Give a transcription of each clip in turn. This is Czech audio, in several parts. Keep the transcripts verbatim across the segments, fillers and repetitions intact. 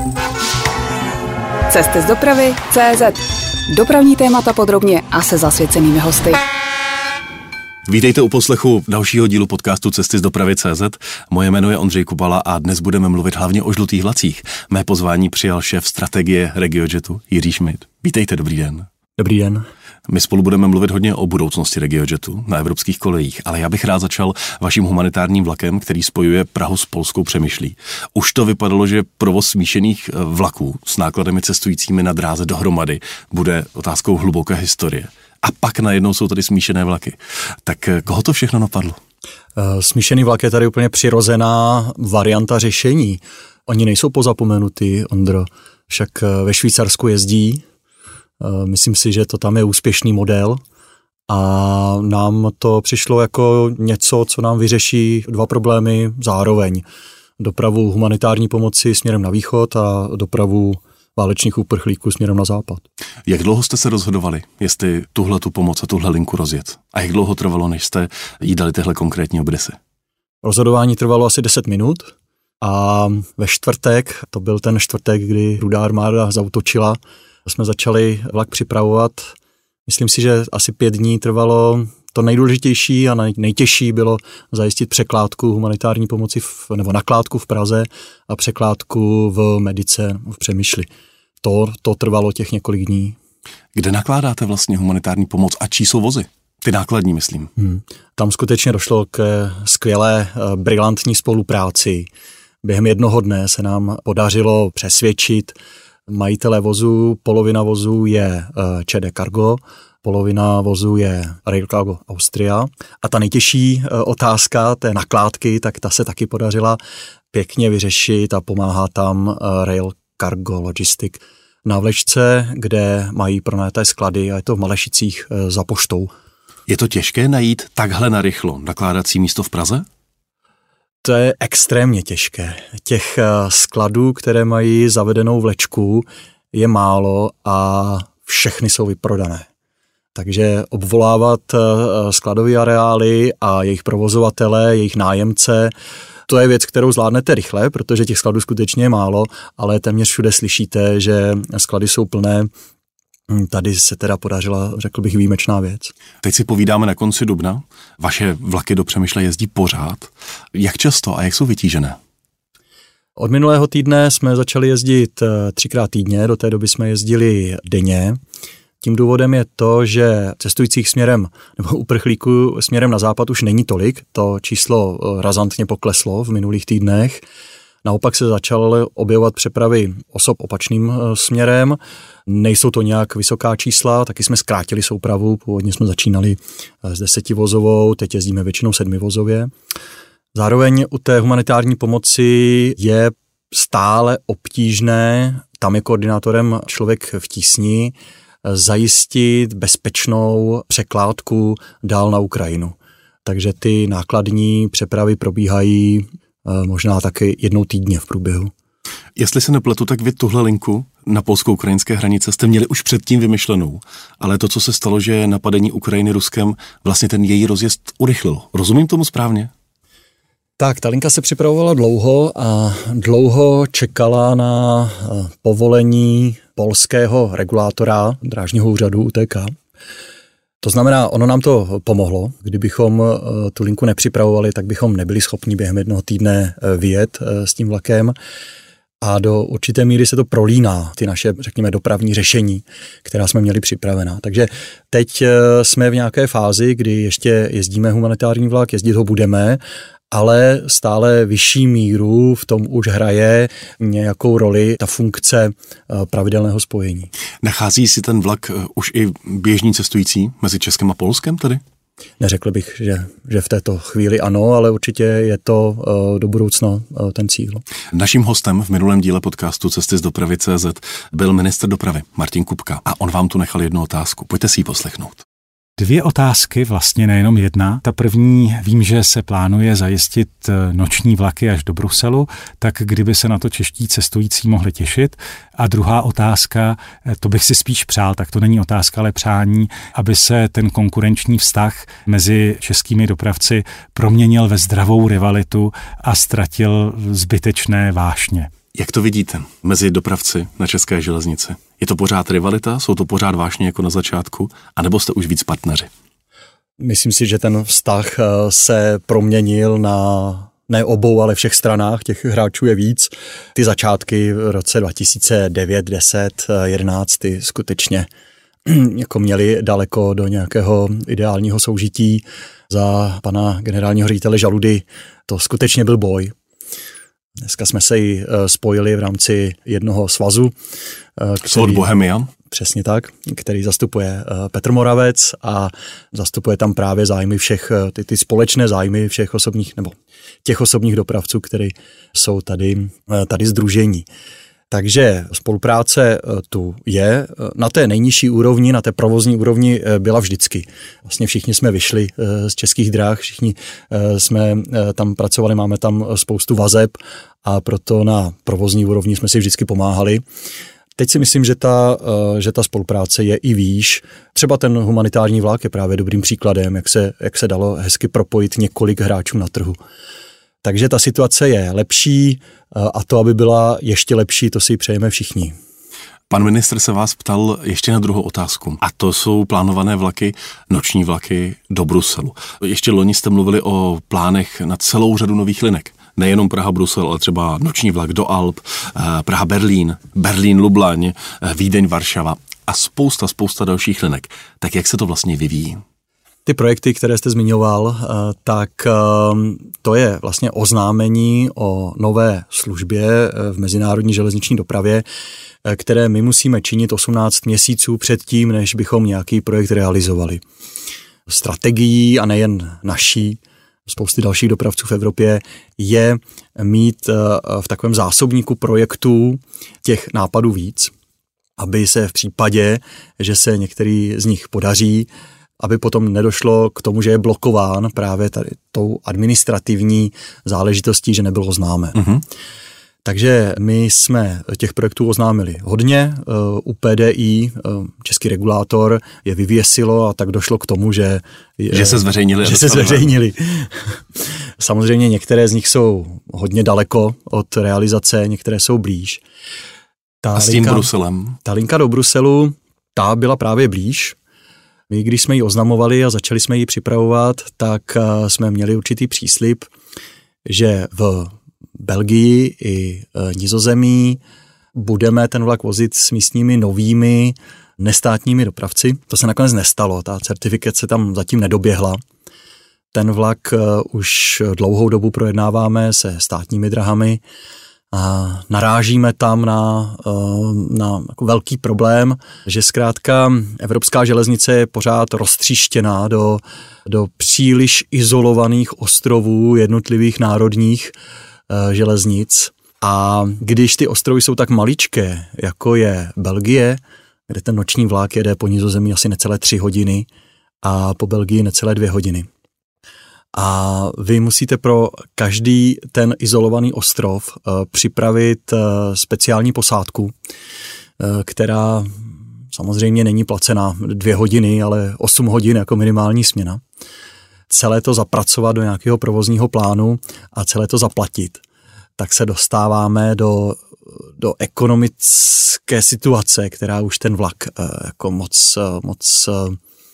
Cesty z dopravy tečka cé zet. Dopravní témata podrobně a se zasvěcenými hosty. Vítejte u poslechu dalšího dílu podcastu Cesty z dopravy tečka cé zet. Moje jméno je Ondřej Kubala a dnes budeme mluvit hlavně o žlutých vlacích. Mé pozvání přijal šéf strategie RegioJetu Jiří Šmid. Vítejte, dobrý den. Dobrý den. My spolu budeme mluvit hodně o budoucnosti RegioJetu na evropských kolejích, ale já bych rád začal vaším humanitárním vlakem, který spojuje Prahu s polskou Přemyšlí. Už to vypadalo, že provoz smíšených vlaků s náklademi cestujícími na dráze dohromady bude otázkou hluboké historie. A pak najednou jsou tady smíšené vlaky. Tak koho to všechno napadlo? Smíšený vlak je tady úplně přirozená varianta řešení. Oni nejsou pozapomenutý, Ondro. Však ve Švýcarsku jezdí. Myslím si, že to tam je úspěšný model a nám to přišlo jako něco, co nám vyřeší dva problémy zároveň. Dopravu humanitární pomoci směrem na východ a dopravu válečných uprchlíků směrem na západ. Jak dlouho jste se rozhodovali, jestli tuhle tu pomoc a tuhle linku rozjet? A jak dlouho trvalo, než jste jí dali tyhle konkrétní obrysy? Rozhodování trvalo asi deset minut a ve čtvrtek, to byl ten čtvrtek, kdy Rudá armáda zaútočila, jsme začali vlak připravovat. Myslím si, že asi pět dní trvalo. To nejdůležitější a nejtěžší bylo zajistit překládku humanitární pomoci v, nebo nakládku v Praze a překládku v Medice v Přemyšli. To, to trvalo těch několik dní. Kde nakládáte vlastně humanitární pomoc a čí jsou vozy? Ty nákladní, myslím. Hmm. Tam skutečně došlo k skvělé, brilantní spolupráci. Během jednoho dne se nám podařilo přesvědčit majitele vozu. Polovina vozu je ČD Cargo, polovina vozu je Rail Cargo Austria. A ta nejtěžší otázka té nakládky, tak ta se taky podařila pěkně vyřešit a pomáhá tam Rail Cargo Logistic na vlečce, kde mají pronajaté sklady a je to v Malešicích za poštou. Je to těžké najít takhle narychlo nakládací místo v Praze? To je extrémně těžké. Těch skladů, které mají zavedenou vlečku, je málo a všechny jsou vyprodané. Takže obvolávat skladové areály a jejich provozovatele, jejich nájemce, to je věc, kterou zvládnete rychle, protože těch skladů skutečně je málo, ale téměř všude slyšíte, že sklady jsou plné. Tady se teda podařila, řekl bych, výjimečná věc. Teď si povídáme na konci dubna. Vaše vlaky do Přemyšle jezdí pořád. Jak často a jak jsou vytížené? Od minulého týdne jsme začali jezdit třikrát týdně, do té doby jsme jezdili denně. Tím důvodem je to, že cestujících směrem nebo uprchlíků směrem na západ už není tolik. To číslo razantně pokleslo v minulých týdnech. Naopak se začaly objevovat přepravy osob opačným směrem. Nejsou to nějak vysoká čísla, taky jsme zkrátili soupravu. Původně jsme začínali s desetivozovou, teď jezdíme většinou sedmivozově. Zároveň u té humanitární pomoci je stále obtížné, tam je koordinátorem člověk v tísni, zajistit bezpečnou překládku dál na Ukrajinu. Takže ty nákladní přepravy probíhají možná taky jednou týdně v průběhu. Jestli se nepletu, tak vy tuhle linku na polsko-ukrajinské hranice jste měli už předtím vymyšlenou, ale to, co se stalo, že napadení Ukrajiny Ruskem vlastně ten její rozjezd urychlilo. Rozumím tomu správně? Tak, ta linka se připravovala dlouho a dlouho čekala na povolení polského regulátora drážního úřadu U T K. To znamená, ono nám to pomohlo. Kdybychom tu linku nepřipravovali, tak bychom nebyli schopni během jednoho týdne vyjet s tím vlakem. A do určité míry se to prolíná, ty naše, řekněme, dopravní řešení, která jsme měli připravená. Takže teď jsme v nějaké fázi, kdy ještě jezdíme humanitární vlak, jezdit ho budeme, ale stále vyšší míru v tom už hraje nějakou roli ta funkce pravidelného spojení. Nachází si ten vlak už i běžní cestující mezi Českem a Polskem tedy? Neřekl bych, že, že v této chvíli ano, ale určitě je to uh, do budoucna uh, ten cíl. Naším hostem v minulém díle podcastu Cesty z dopravy tečka cé zet byl ministr dopravy Martin Kupka a on vám tu nechal jednu otázku. Pojďte si ji poslechnout. Dvě otázky, vlastně nejenom jedna. Ta první, vím, že se plánuje zajistit noční vlaky až do Bruselu, tak kdyby se na to čeští cestující mohli těšit. A druhá otázka, to bych si spíš přál, tak to není otázka, ale přání, aby se ten konkurenční vztah mezi českými dopravci proměnil ve zdravou rivalitu a ztratil zbytečné vášně. Jak to vidíte mezi dopravci na české železnici? Je to pořád rivalita, jsou to pořád vášně jako na začátku, anebo jste už víc partneři? Myslím si, že ten vztah se proměnil na ne obou, ale všech stranách, těch hráčů je víc. Ty začátky v roce dva tisíce devět, deset, jedenáct, ty skutečně jako měli daleko do nějakého ideálního soužití. Za pana generálního ředitele Žaludy to skutečně byl boj. Dneska jsme se i spojili v rámci jednoho svazu. Svod Bohemia. Přesně tak, který zastupuje Petr Moravec a zastupuje tam právě zájmy všech, ty, ty společné zájmy všech osobních, nebo těch osobních dopravců, které jsou tady, tady sdružení. Takže spolupráce tu je. Na té nejnižší úrovni, na té provozní úrovni byla vždycky. Vlastně všichni jsme vyšli z Českých drah, všichni jsme tam pracovali, máme tam spoustu vazeb a proto na provozní úrovni jsme si vždycky pomáhali. Teď si myslím, že ta, že ta spolupráce je i výš. Třeba ten humanitární vlak je právě dobrým příkladem, jak se, jak se dalo hezky propojit několik hráčů na trhu. Takže ta situace je lepší a to, aby byla ještě lepší, to si přejeme všichni. Pan ministr se vás ptal ještě na druhou otázku a to jsou plánované vlaky, noční vlaky do Bruselu. Ještě loni jste mluvili o plánech na celou řadu nových linek. Nejenom Praha-Brusel, ale třeba noční vlak do Alp, Praha-Berlín, Berlín-Lublaň, Vídeň-Varšava a spousta, spousta dalších linek. Tak jak se to vlastně vyvíjí? Ty projekty, které jste zmiňoval, tak to je vlastně oznámení o nové službě v mezinárodní železniční dopravě, které my musíme činit osmnáct měsíců předtím, než bychom nějaký projekt realizovali. Strategií a nejen naší, spousty dalších dopravců v Evropě, je mít v takovém zásobníku projektů těch nápadů víc, aby se v případě, že se některý z nich podaří, aby potom nedošlo k tomu, že je blokován právě tady tou administrativní záležitostí, že nebylo známé. Mm-hmm. Takže my jsme těch projektů oznámili hodně. U P D I český regulátor je vyvěsilo a tak došlo k tomu, že... Že se zveřejnili. Že se zveřejnili. Samozřejmě některé z nich jsou hodně daleko od realizace, některé jsou blíž. Ta a s tím linka, Bruselem? Ta linka do Bruselu, ta byla právě blíž. My, když jsme ji oznamovali a začali jsme ji připravovat, tak jsme měli určitý příslib, že v Belgii i Nizozemí budeme ten vlak vozit s místními novými nestátními dopravci. To se nakonec nestalo, ta certifikace tam zatím nedoběhla. Ten vlak už dlouhou dobu projednáváme se státními drahami a narážíme tam na, na jako velký problém, že zkrátka evropská železnice je pořád roztříštěná do, do příliš izolovaných ostrovů jednotlivých národních železnic. A když ty ostrovy jsou tak maličké, jako je Belgie, kde ten noční vlak jede po Nizozemí asi necelé tři hodiny a po Belgii necelé dvě hodiny. A vy musíte pro každý ten izolovaný ostrov uh, připravit uh, speciální posádku, uh, která samozřejmě není placena dvě hodiny, ale osm hodin jako minimální směna. Celé to zapracovat do nějakého provozního plánu a celé to zaplatit. Tak se dostáváme do, do ekonomické situace, která už ten vlak uh, jako moc, uh, moc, uh,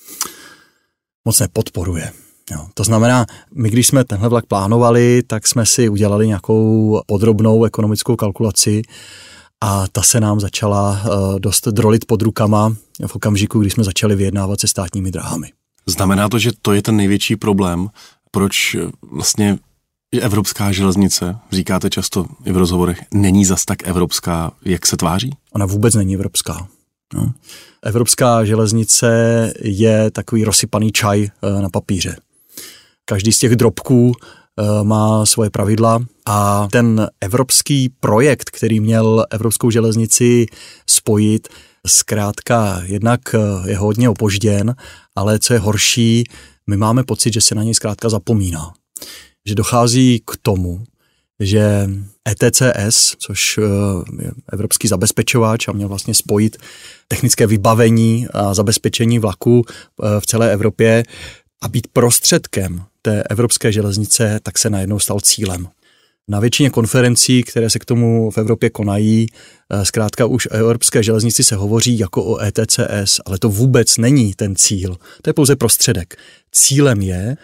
moc nepodporuje. Jo, to znamená, my když jsme tenhle vlak plánovali, tak jsme si udělali nějakou podrobnou ekonomickou kalkulaci a ta se nám začala uh, dost drolit pod rukama v okamžiku, když jsme začali vyjednávat se státními dráhami. Znamená to, že to je ten největší problém, proč vlastně evropská železnice, říkáte často i v rozhovorech, není zas tak evropská, jak se tváří? Ona vůbec není evropská. No. Evropská železnice je takový rozsypaný čaj uh, na papíře. Každý z těch drobků uh, má svoje pravidla a ten evropský projekt, který měl evropskou železnici spojit, zkrátka jednak je hodně opožděn, ale co je horší, my máme pocit, že se na něj zkrátka zapomíná. Že dochází k tomu, že E T C S, což je evropský zabezpečovač a měl vlastně spojit technické vybavení a zabezpečení vlaku v celé Evropě a být prostředkem té evropské železnice, tak se najednou stal cílem. Na většině konferencí, které se k tomu v Evropě konají, zkrátka už o evropské železnici se hovoří jako o E T C S, ale to vůbec není ten cíl. To je pouze prostředek. Cílem je,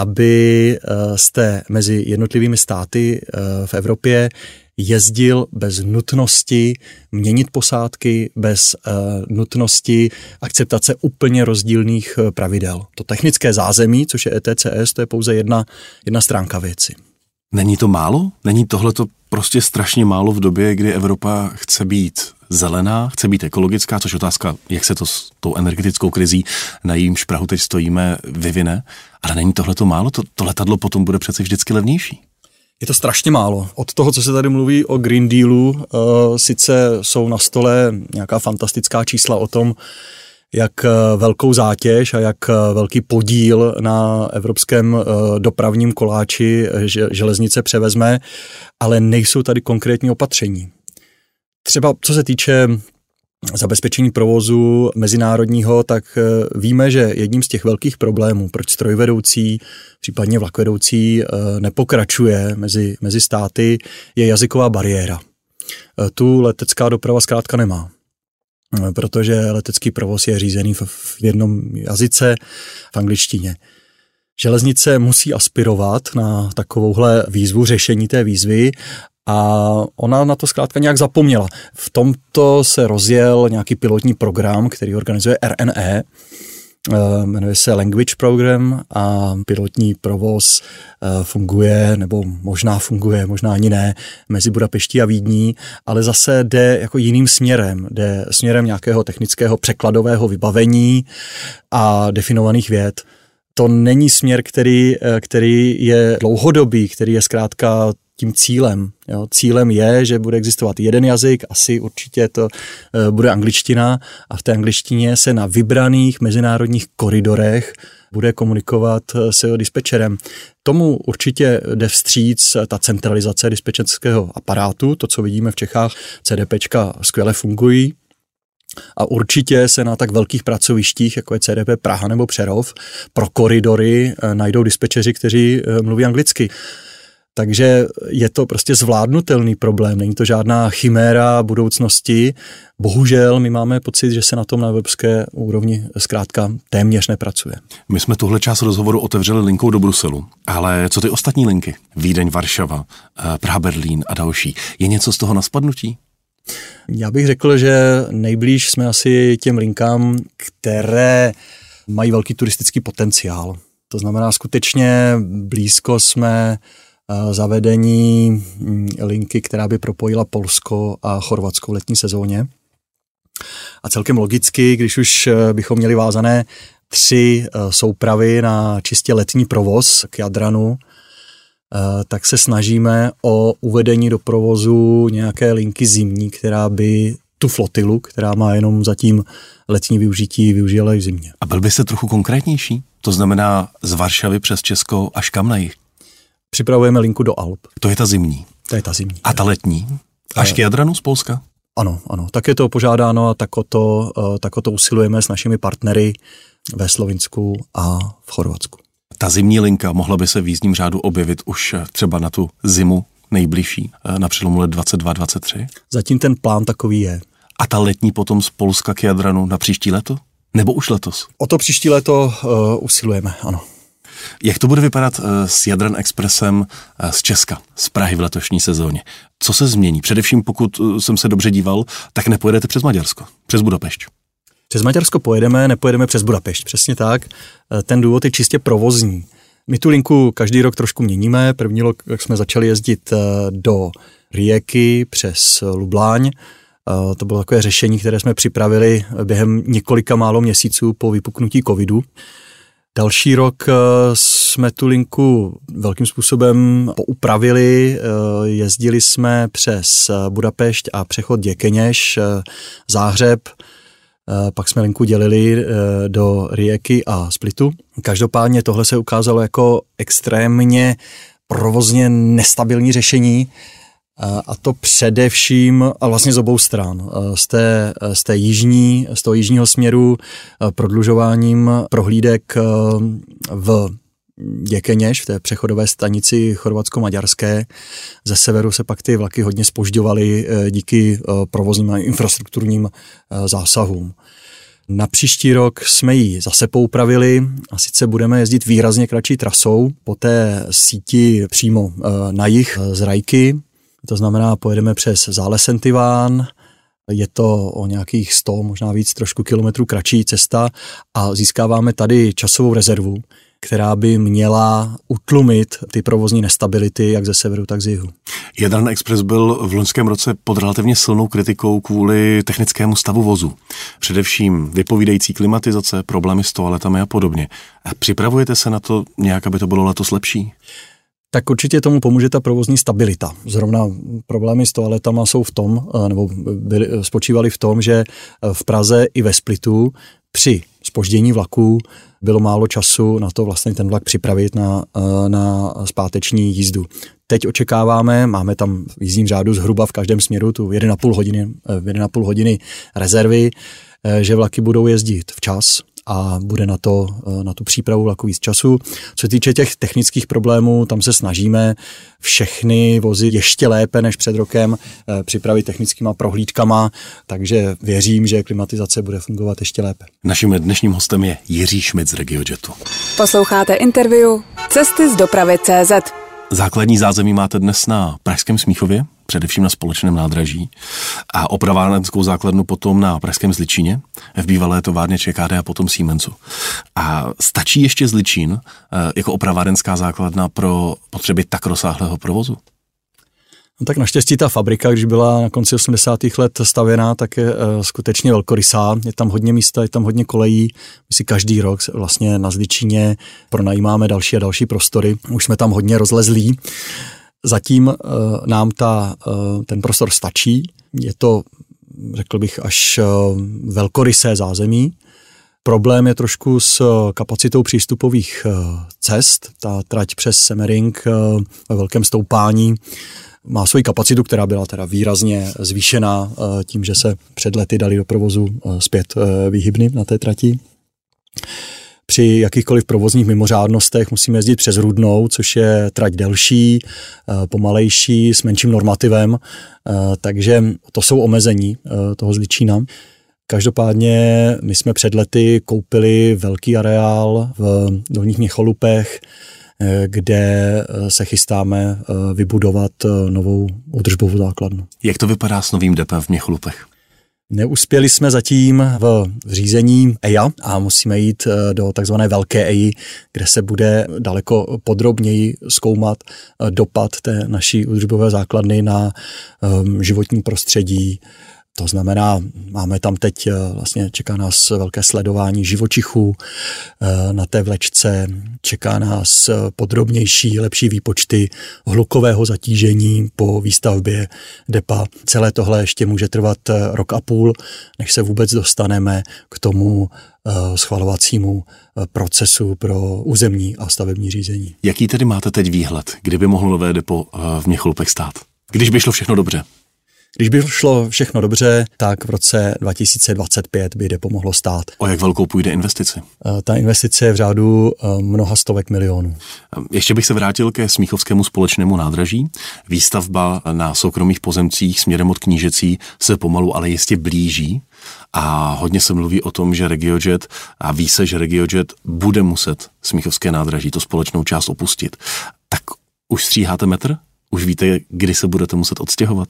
aby jste mezi jednotlivými státy v Evropě jezdil bez nutnosti měnit posádky, bez nutnosti akceptace úplně rozdílných pravidel. To technické zázemí, což je E T C S, to je pouze jedna, jedna stránka věci. Není to málo? Není tohleto prostě strašně málo v době, kdy Evropa chce být zelená, chce být ekologická, což je otázka, jak se to s tou energetickou krizí, na jejímž prahu teď stojíme, vyvine. Ale není tohleto málo? To, to letadlo potom bude přece vždycky levnější. Je to strašně málo. Od toho, co se tady mluví o Green Dealu, uh, sice jsou na stole nějaká fantastická čísla o tom, jak velkou zátěž a jak velký podíl na evropském dopravním koláči železnice převezme, ale nejsou tady konkrétní opatření. Třeba co se týče zabezpečení provozu mezinárodního, tak víme, že jedním z těch velkých problémů, proč strojvedoucí, případně vlakvedoucí nepokračuje mezi, mezi státy, je jazyková bariéra. Tu letecká doprava zkrátka nemá, protože letecký provoz je řízený v, v jednom jazyce, v angličtině. Železnice musí aspirovat na takovouhle výzvu, řešení té výzvy, a ona na to zkrátka nějak zapomněla. V tomto se rozjel nějaký pilotní program, který organizuje R N E, jmenuje se Language Program, a pilotní provoz funguje, nebo možná funguje, možná ani ne, mezi Budapeští a Vídní, ale zase jde jako jiným směrem, jde směrem nějakého technického překladového vybavení a definovaných vět. To není směr, který, který je dlouhodobý, který je zkrátka tím cílem. Jo. Cílem je, že bude existovat jeden jazyk, asi určitě to e, bude angličtina, a v té angličtině se na vybraných mezinárodních koridorech bude komunikovat s dispečerem. Tomu určitě jde vstříc ta centralizace dispečerského aparátu, to, co vidíme v Čechách, CDPčka skvěle fungují. A určitě se na tak velkých pracovištích, jako je C D P Praha nebo Přerov, pro koridory najdou dispečeři, kteří mluví anglicky. Takže je to prostě zvládnutelný problém, není to žádná chiméra budoucnosti. Bohužel my máme pocit, že se na tom na evropské úrovni zkrátka téměř nepracuje. My jsme tuhle část rozhovoru otevřeli linkou do Bruselu, ale co ty ostatní linky? Vídeň, Varšava, Praha, Berlín a další. Je něco z toho na spadnutí? Já bych řekl, že nejblíž jsme asi těm linkám, které mají velký turistický potenciál. To znamená, skutečně blízko jsme zavedení linky, která by propojila Polsko a Chorvatsko v letní sezóně. A celkem logicky, když už bychom měli vázané tři soupravy na čistě letní provoz k Jadranu, tak se snažíme o uvedení do provozu nějaké linky zimní, která by tu flotilu, která má jenom zatím letní využití, využila i v zimě. A byl byste trochu konkrétnější? To znamená z Varšavy přes Česko až kam na jih? Připravujeme linku do Alp. To je ta zimní? To je ta zimní. A ta letní? Až k Jadranu z Polska? Ano, ano. Tak je to požádáno a tak o to, tak o to usilujeme s našimi partnery ve Slovinsku a v Chorvatsku. Ta zimní linka mohla by se v jízdním řádu objevit už třeba na tu zimu nejbližší, na přelomu let dvacet dva dvacet tři? Zatím ten plán takový je. A ta letní potom z Polska k Jadranu na příští léto? Nebo už letos? O to příští léto uh, usilujeme, ano. Jak to bude vypadat s Jadran Expressem z Česka, z Prahy v letošní sezóně? Co se změní? Především pokud jsem se dobře díval, tak nepojedete přes Maďarsko, přes Budapešť. Přes Maďarsko pojedeme, nepojedeme přes Budapešť, přesně tak. Ten důvod je čistě provozní. My tu linku každý rok trošku měníme. První rok jsme začali jezdit do Rijeky přes Lubláň. To bylo takové řešení, které jsme připravili během několika málo měsíců po vypuknutí covidu. Další rok jsme tu linku velkým způsobem poupravili, jezdili jsme přes Budapešť a přechod Děkeněž, Záhřeb, pak jsme linku dělili do Rijeky a Splitu. Každopádně tohle se ukázalo jako extrémně provozně nestabilní řešení, a to především, a vlastně z obou stran, z té, z té jižní, z toho jižního směru prodlužováním prohlídek v Děkeněž, v té přechodové stanici chorvatsko-maďarské. Ze severu se pak ty vlaky hodně zpožďovaly díky provozním a infrastrukturním zásahům. Na příští rok jsme ji zase poupravili a sice budeme jezdit výrazně kratší trasou po té síti přímo na jih z Rajky. To znamená, pojedeme přes Zálesentiván, je to o nějakých sto, možná víc trošku kilometrů kratší cesta a získáváme tady časovou rezervu, která by měla utlumit ty provozní nestability jak ze severu, tak z jihu. Jadran Express byl v loňském roce pod relativně silnou kritikou kvůli technickému stavu vozu. Především vypovídající klimatizace, problémy s toaletami a podobně. A připravujete se na to nějak, aby to bylo letos lepší? Tak určitě tomu pomůže ta provozní stabilita. Zrovna problémy s toaletama jsou v tom, nebo byly, spočívaly v tom, že v Praze i ve Splitu při zpoždění vlaků bylo málo času na to vlastně ten vlak připravit na, na zpáteční jízdu. Teď očekáváme, máme tam v jízdním řádu zhruba v každém směru tu jedna a půl hodiny, jedna a půl hodiny rezervy, že vlaky budou jezdit včas a bude na to, na tu přípravu vlaku víc času. Co se týče těch technických problémů, tam se snažíme všechny vozy ještě lépe než před rokem připravit technickýma prohlídkama, takže věřím, že klimatizace bude fungovat ještě lépe. Naším dnešním hostem je Jiří Šmit z RegioJetu. Posloucháte interview Cesty z dopravy tečka cé zet. Základní zázemí máte dnes na pražském Smíchově, především na společném nádraží, a opravárenskou základnu potom na pražském Zličíně, v bývalé továrně ČKD a potom Siemensu. A stačí ještě Zličín jako opravárenská základna pro potřeby tak rozsáhlého provozu? No tak naštěstí ta fabrika, když byla na konci osmdesátých let stavěná, tak je uh, skutečně velkorysá. Je tam hodně místa, je tam hodně kolejí. My si každý rok vlastně na Zličíně pronajímáme další a další prostory. Už jsme tam hodně rozlezlí. Zatím uh, nám ta, uh, ten prostor stačí. Je to, řekl bych, až uh, velkorysé zázemí. Problém je trošku s kapacitou přístupových uh, cest. Ta trať přes Semmering uh, ve velkém stoupání má svoji kapacitu, která byla teda výrazně zvýšená tím, že se před lety dali do provozu zpět výhybny na té trati. Při jakýchkoliv provozních mimořádnostech musíme jezdit přes Rudnou, což je trať delší, pomalejší, s menším normativem, takže to jsou omezení toho Zličína. Každopádně my jsme před lety koupili velký areál v Dolních Měcholupech, kde se chystáme vybudovat novou údržbovou základnu. Jak to vypadá s novým depem v Měcholupech? Neuspěli jsme zatím v řízení E I A a musíme jít do takzvané velké E I A, kde se bude daleko podrobněji zkoumat dopad té naší údržbové základny na životní prostředí. To znamená, máme tam teď, vlastně čeká nás velké sledování živočichů na té vlečce, čeká nás podrobnější, lepší výpočty hlukového zatížení po výstavbě depa. Celé tohle ještě může trvat rok a půl, než se vůbec dostaneme k tomu schvalovacímu procesu pro územní a stavební řízení. Jaký tedy máte teď výhled, kdyby mohlo nové depo v Měcholupech stát? Když by šlo všechno dobře? Když by šlo všechno dobře, tak v roce dva tisíce dvacet pět by depo mohlo stát. O jak velkou půjde investici? Ta investice je v řádu mnoha stovek milionů. Ještě bych se vrátil ke Smíchovskému společnému nádraží. Výstavba na soukromých pozemcích směrem od Knížecí se pomalu, ale jistě blíží. A hodně se mluví o tom, že RegioJet, a ví se, že RegioJet bude muset Smíchovské nádraží, tu společnou část opustit. Tak už stříháte metr? Už víte, kdy se budete muset odstěhovat?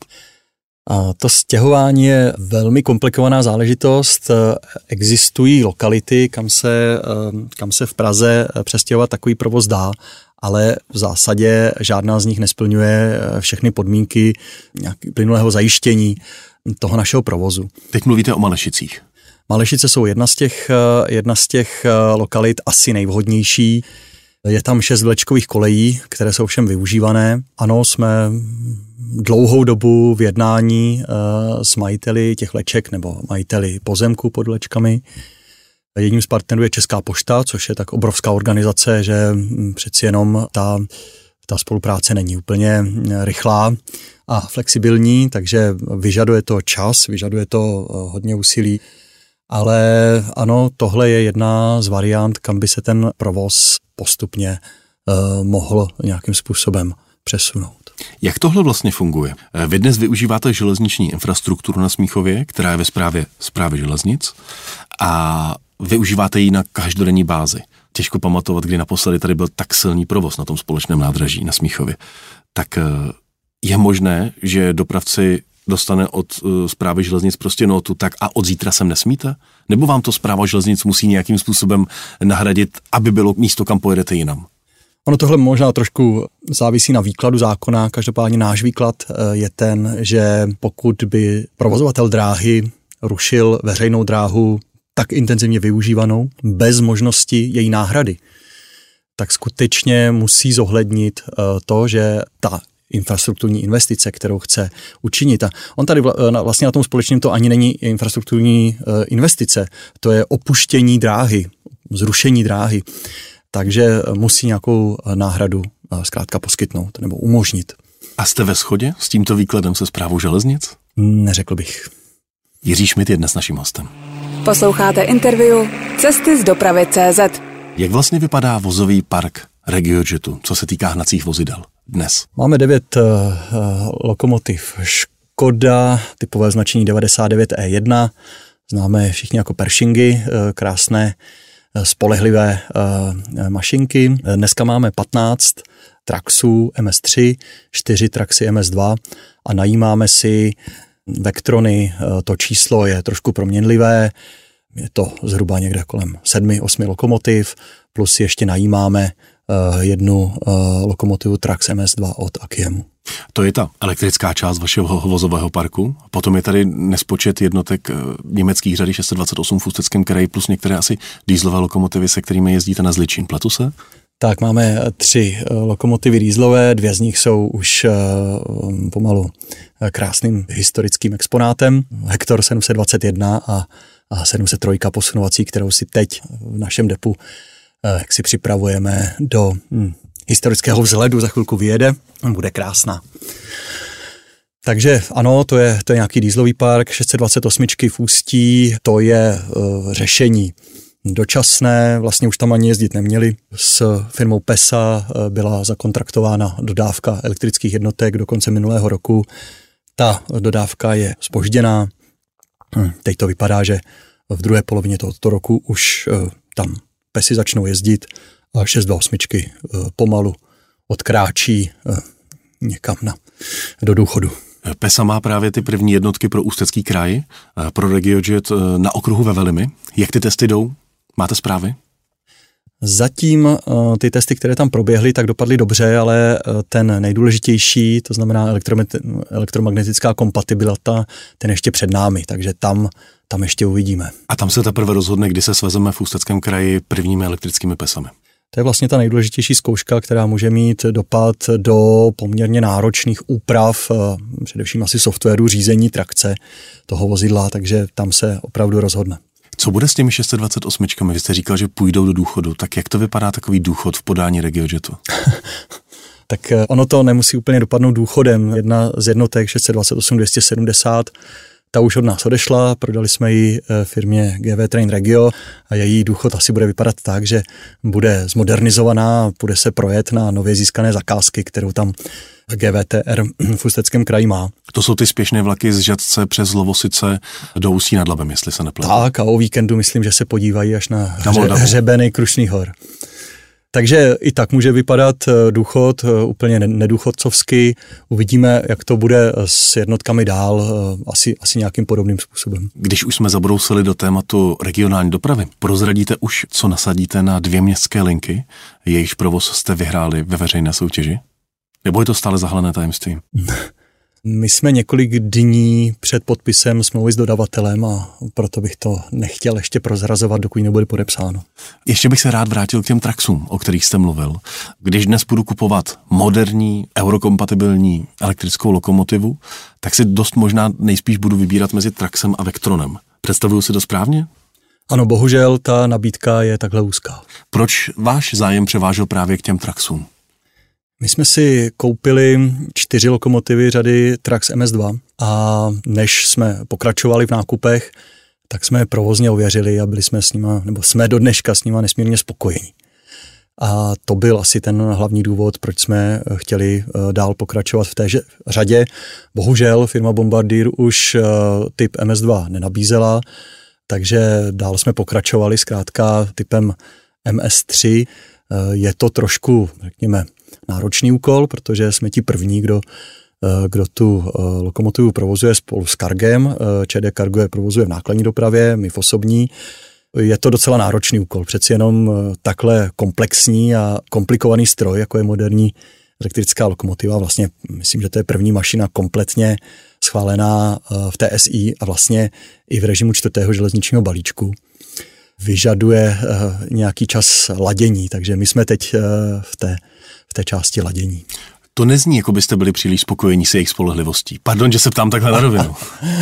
A to stěhování je velmi komplikovaná záležitost. Existují lokality, kam se, kam se v Praze přestěhovat takový provoz dá, ale v zásadě žádná z nich nesplňuje všechny podmínky nějaký plynulého zajištění toho našeho provozu. Teď mluvíte o Malešicích. Malešice jsou jedna z těch, jedna z těch lokalit asi nejvhodnější. Je tam šest vlečkových kolejí, které jsou všem využívané. Ano, jsme dlouhou dobu v jednání uh, s majiteli těch vleček nebo majiteli pozemku pod vlečkami. Jedním z partnerů je Česká pošta, což je tak obrovská organizace, že přeci jenom ta, ta spolupráce není úplně rychlá a flexibilní, takže vyžaduje to čas, vyžaduje to hodně úsilí. Ale ano, tohle je jedna z variant, kam by se ten provoz postupně mohl nějakým způsobem přesunout. Jak tohle vlastně funguje? Vy dnes využíváte železniční infrastrukturu na Smíchově, která je ve správě správy železnic, a využíváte ji na každodenní bázi. Těžko pamatovat, kdy naposledy tady byl tak silný provoz na tom společném nádraží na Smíchově. Tak je možné, že dopravci dostane od uh, správy železnic prostě notu, tak a od zítra sem nesmíte? Nebo vám to správa železnic musí nějakým způsobem nahradit, aby bylo místo, kam pojedete jinam? Ono tohle možná trošku závisí na výkladu zákona, každopádně náš výklad je ten, že pokud by provozovatel dráhy rušil veřejnou dráhu tak intenzivně využívanou, bez možnosti její náhrady, tak skutečně musí zohlednit to, že ta infrastrukturní investice, kterou chce učinit. A on tady vlastně na tom společném to ani není infrastrukturní investice, to je opuštění dráhy, zrušení dráhy. Takže musí nějakou náhradu zkrátka poskytnout nebo umožnit. A jste ve shodě s tímto výkladem se správou železnic? Neřekl bych. Jiří Šmit je dnes naším hostem. Posloucháte interview Cesty z dopravy tečka cé zet. Jak vlastně vypadá vozový park RegioJetu, co se týká hnacích vozidel dnes? Máme devět uh, lokomotiv Škoda, typové značení devadesát devět E jedna, známe všichni jako Pershingy, uh, krásné spolehlivé uh, mašinky. Dneska máme patnáct Traxů M S tři, čtyři Traxy M S dva a najímáme si Vectrony. Uh, to číslo je trošku proměnlivé, je to zhruba někde kolem sedmi, osmi lokomotiv, plus ještě najímáme uh, jednu uh, lokomotivu Trax M S dva od Akiemu. To je ta elektrická část vašeho vozového parku. Potom je tady nespočet jednotek německých řady šest set dvacet osm v Ústeckém kraji plus některé asi dieselové lokomotivy, se kterými jezdíte na Zličín. Pletu se? Tak máme tři lokomotivy dieselové, dvě z nich jsou už pomalu krásným historickým exponátem. Hector sedm set dvacet jedna a, a sedm set tři posunovací, kterou si teď v našem depu jak si připravujeme do hm, historického vzhledu, za chvilku vyjede, bude krásná. Takže ano, to je, to je nějaký dieselový park, šest set dvacet osm v Ústí, to je uh, řešení dočasné, vlastně už tam ani jezdit neměli. S firmou PESA uh, byla zakontraktována dodávka elektrických jednotek do konce minulého roku. Ta dodávka je zpožděná. Hm, teď to vypadá, že v druhé polovině tohoto roku už uh, tam PESy začnou jezdit a šest set dvacet osm uh, pomalu odkráčí uh, někam na, do důchodu. PESA má právě ty první jednotky pro Ústecký kraj, pro RegioJet na okruhu ve Velimi. Jak ty testy jdou? Máte zprávy? Zatím uh, ty testy, které tam proběhly, tak dopadly dobře, ale uh, ten nejdůležitější, to znamená elektromagnetická kompatibilita, ten ještě před námi, takže tam, tam ještě uvidíme. A tam se teprve rozhodne, kdy se svezeme v Ústeckém kraji prvními elektrickými PESami. To je vlastně ta nejdůležitější zkouška, která může mít dopad do poměrně náročných úprav, především asi softwaru řízení trakce toho vozidla, takže tam se opravdu rozhodne. Co bude s těmi šest set dvacet osm? Vy jste říkal, že půjdou do důchodu, tak jak to vypadá takový důchod v podání RegioJetu? Tak ono to nemusí úplně dopadnout důchodem. Jedna z jednotek šest set dvacet osm dvě stě sedmdesát, ta už od nás odešla, prodali jsme ji firmě G V Train Regio a její důchod asi bude vypadat tak, že bude zmodernizovaná, bude se projet na nově získané zakázky, kterou tam G V T R v Ústeckém kraji má. To jsou ty spěšné vlaky z Žatce přes Lovosice do Ústí nad Labem, jestli se nepletu. Tak a o víkendu myslím, že se podívají až na hře, hřebeny Krušných hor. Takže i tak může vypadat důchod úplně nedůchodcovsky. Uvidíme, jak to bude s jednotkami dál, asi, asi nějakým podobným způsobem. Když už jsme zabrousili do tématu regionální dopravy, prozradíte už, co nasadíte na dvě městské linky, jejichž provoz jste vyhráli ve veřejné soutěži? Nebo je to stále zahalené tajemství? My jsme několik dní před podpisem smlouvy s dodavatelem a proto bych to nechtěl ještě prozrazovat, dokud nebude podepsáno. Ještě bych se rád vrátil k těm Traxům, o kterých jste mluvil. Když dnes budu kupovat moderní, eurokompatibilní elektrickou lokomotivu, tak si dost možná nejspíš budu vybírat mezi Traxem a Vectronem. Představuju si to správně? Ano, bohužel ta nabídka je takhle úzká. Proč váš zájem převážel právě k těm Traxům? My jsme si koupili čtyři lokomotivy řady Trax M S dva a než jsme pokračovali v nákupech, tak jsme je provozně ověřili a byli jsme s nima, nebo jsme do dneška s nima nesmírně spokojení. A to byl asi ten hlavní důvod, proč jsme chtěli dál pokračovat v té řadě. Bohužel firma Bombardier už typ M S dva nenabízela, takže dál jsme pokračovali zkrátka typem M S tři. Je to trošku, řekněme, náročný úkol, protože jsme ti první, kdo, kdo tu lokomotivu provozuje spolu s Cargem. ČD Cargo je provozuje v nákladní dopravě, my v osobní. Je to docela náročný úkol, přeci jenom takhle komplexní a komplikovaný stroj, jako je moderní elektrická lokomotiva. Vlastně myslím, že to je první mašina kompletně schválená v T S I a vlastně i v režimu čtvrtého železničního balíčku. Vyžaduje nějaký čas ladění, takže my jsme teď v té, v té části ladění. To nezní, jako byste byli příliš spokojení s jejich spolehlivostí. Pardon, že se ptám takhle na rovinu.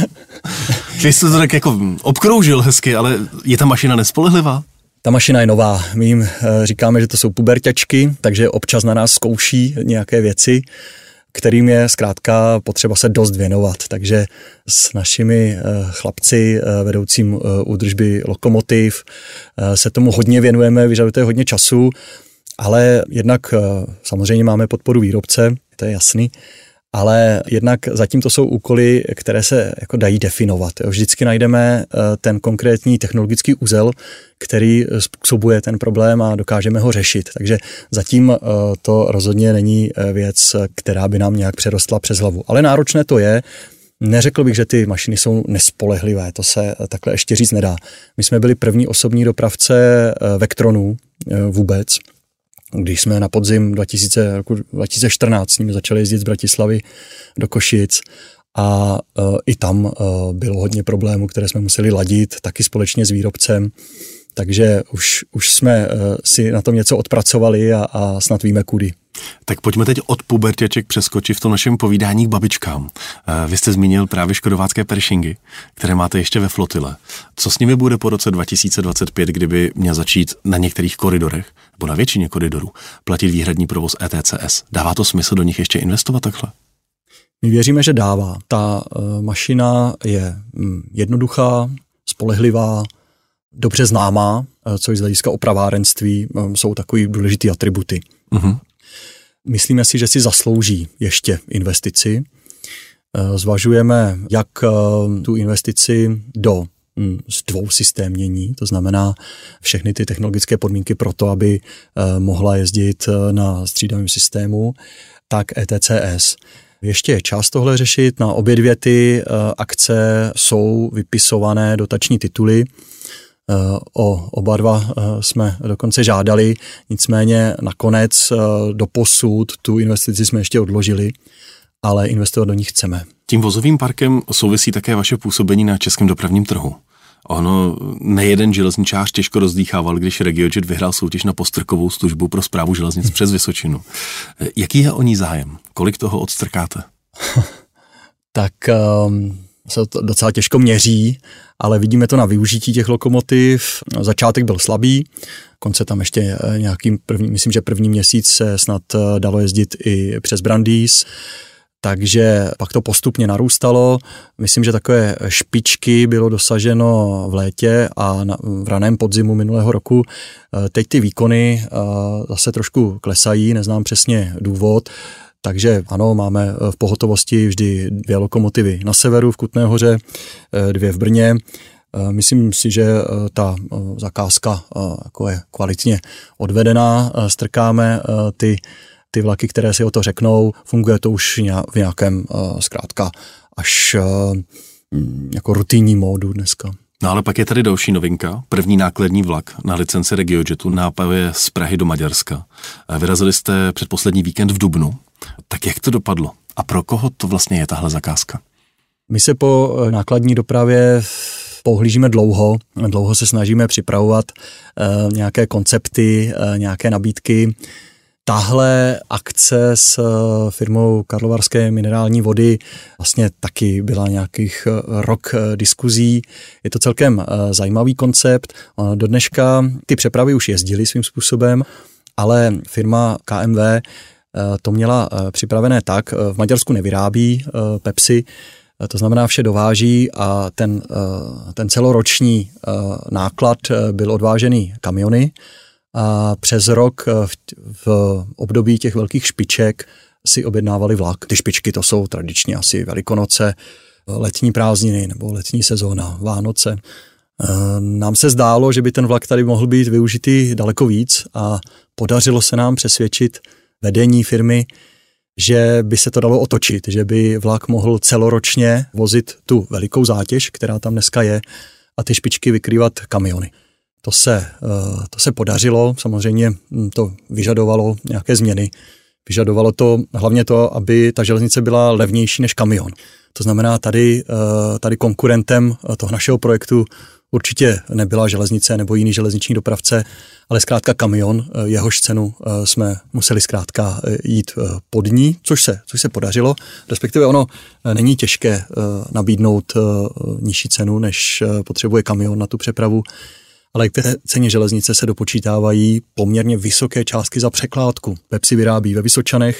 Vy jste to tak jako obkroužil hezky, ale je ta mašina nespolehlivá? Ta mašina je nová. My jim říkáme, že to jsou puberťačky, takže občas na nás zkouší nějaké věci, kterým je zkrátka potřeba se dost věnovat. Takže s našimi chlapci, vedoucím údržby lokomotiv, se tomu hodně věnujeme, vyžaduje to hodně času, ale jednak samozřejmě máme podporu výrobce, to je jasný, ale jednak zatím to jsou úkoly, které se jako dají definovat. Vždycky najdeme ten konkrétní technologický úzel, který způsobuje ten problém a dokážeme ho řešit. Takže zatím to rozhodně není věc, která by nám nějak přerostla přes hlavu. Ale náročné to je. Neřekl bych, že ty mašiny jsou nespolehlivé, to se takhle ještě říct nedá. My jsme byli první osobní dopravce Vectronů vůbec, když jsme na podzim dva tisíce čtrnáct s nimi začali jezdit z Bratislavy do Košic a uh, i tam uh, bylo hodně problémů, které jsme museli ladit, taky společně s výrobcem, takže už, už jsme uh, si na tom něco odpracovali a, a snad víme kudy. Tak pojďme teď od pubertěček přeskočit v tom našem povídání k babičkám. Vy jste zmínil právě škodovácké Pershingy, které máte ještě ve flotile. Co s nimi bude po roce dva tisíce dvacet pět, kdyby měl začít na některých koridorech, nebo na většině koridorů, platit výhradní provoz E T C S? Dává to smysl do nich ještě investovat takhle? My věříme, že dává. Ta uh, mašina je mm, jednoduchá, spolehlivá, dobře známá, což z hlediska opravárenství um, jsou takový důležitý atributy. Uh-huh. Myslíme si, že si zaslouží ještě investici. Zvažujeme, jak tu investici do dvousystémnění, to znamená všechny ty technologické podmínky pro to, aby mohla jezdit na střídavém systému, tak E T C S. Ještě je čas tohle řešit. Na obě dvě ty akce jsou vypisované dotační tituly. O oba dva jsme dokonce žádali, nicméně nakonec doposud tu investici jsme ještě odložili, ale investovat do ní chceme. Tím vozovým parkem souvisí také vaše působení na českém dopravním trhu. Ono nejeden železničář těžko rozdýchával, když RegioJet vyhrál soutěž na postrkovou službu pro správu železnic přes Vysočinu. Jaký je o ní zájem? Kolik toho odstrkáte? tak um, se to docela těžko měří, ale vidíme to na využití těch lokomotiv. Začátek byl slabý, konce tam ještě nějakým první, myslím, že první měsíc se snad dalo jezdit i přes Brandýs, takže pak to postupně narůstalo. Myslím, že takové špičky bylo dosaženo v létě a na, v raném podzimu minulého roku. Teď ty výkony zase trošku klesají, neznám přesně důvod, takže ano, máme v pohotovosti vždy dvě lokomotivy na severu v Kutné Hoře, dvě v Brně. Myslím si, že ta zakázka jako je kvalitně odvedená. Strkáme ty, ty vlaky, které si o to řeknou. Funguje to už v nějakém zkrátka až jako rutinní módu dneska. No ale pak je tady další novinka. První nákladní vlak na licenci RegioJetu nápavě z Prahy do Maďarska. Vyrazili jste předposlední víkend v dubnu. Tak jak to dopadlo? A pro koho to vlastně je tahle zakázka? My se po nákladní dopravě pohlížíme dlouho. Dlouho se snažíme připravovat uh, nějaké koncepty, uh, nějaké nabídky. Tahle akce s firmou Karlovarské minerální vody vlastně taky byla nějakých rok diskuzí. Je to celkem zajímavý koncept. Do dneška ty přepravy už jezdily svým způsobem, ale firma K M V to měla připravené tak, v Maďarsku nevyrábí Pepsi, to znamená vše dováží a ten, ten celoroční náklad byl odvážený kamiony a přes rok v, v období těch velkých špiček si objednávali vlak. Ty špičky to jsou tradičně asi Velikonoce, letní prázdniny nebo letní sezóna, Vánoce. Nám se zdálo, že by ten vlak tady mohl být využitý daleko víc a podařilo se nám přesvědčit vedení firmy, že by se to dalo otočit, že by vlak mohl celoročně vozit tu velikou zátěž, která tam dneska je, a ty špičky vykrývat kamiony. To se, to se podařilo, samozřejmě to vyžadovalo nějaké změny. Vyžadovalo to hlavně to, aby ta železnice byla levnější než kamion. To znamená, tady, tady konkurentem toho našeho projektu určitě nebyla železnice nebo jiný železniční dopravce, ale zkrátka kamion, jehož cenu jsme museli zkrátka jít pod ní, což se, což se podařilo. Respektive ono není těžké nabídnout nižší cenu, než potřebuje kamion na tu přepravu, ale k té ceně železnice se dopočítávají poměrně vysoké částky za překládku. Pepsi vyrábí ve Vysočanech,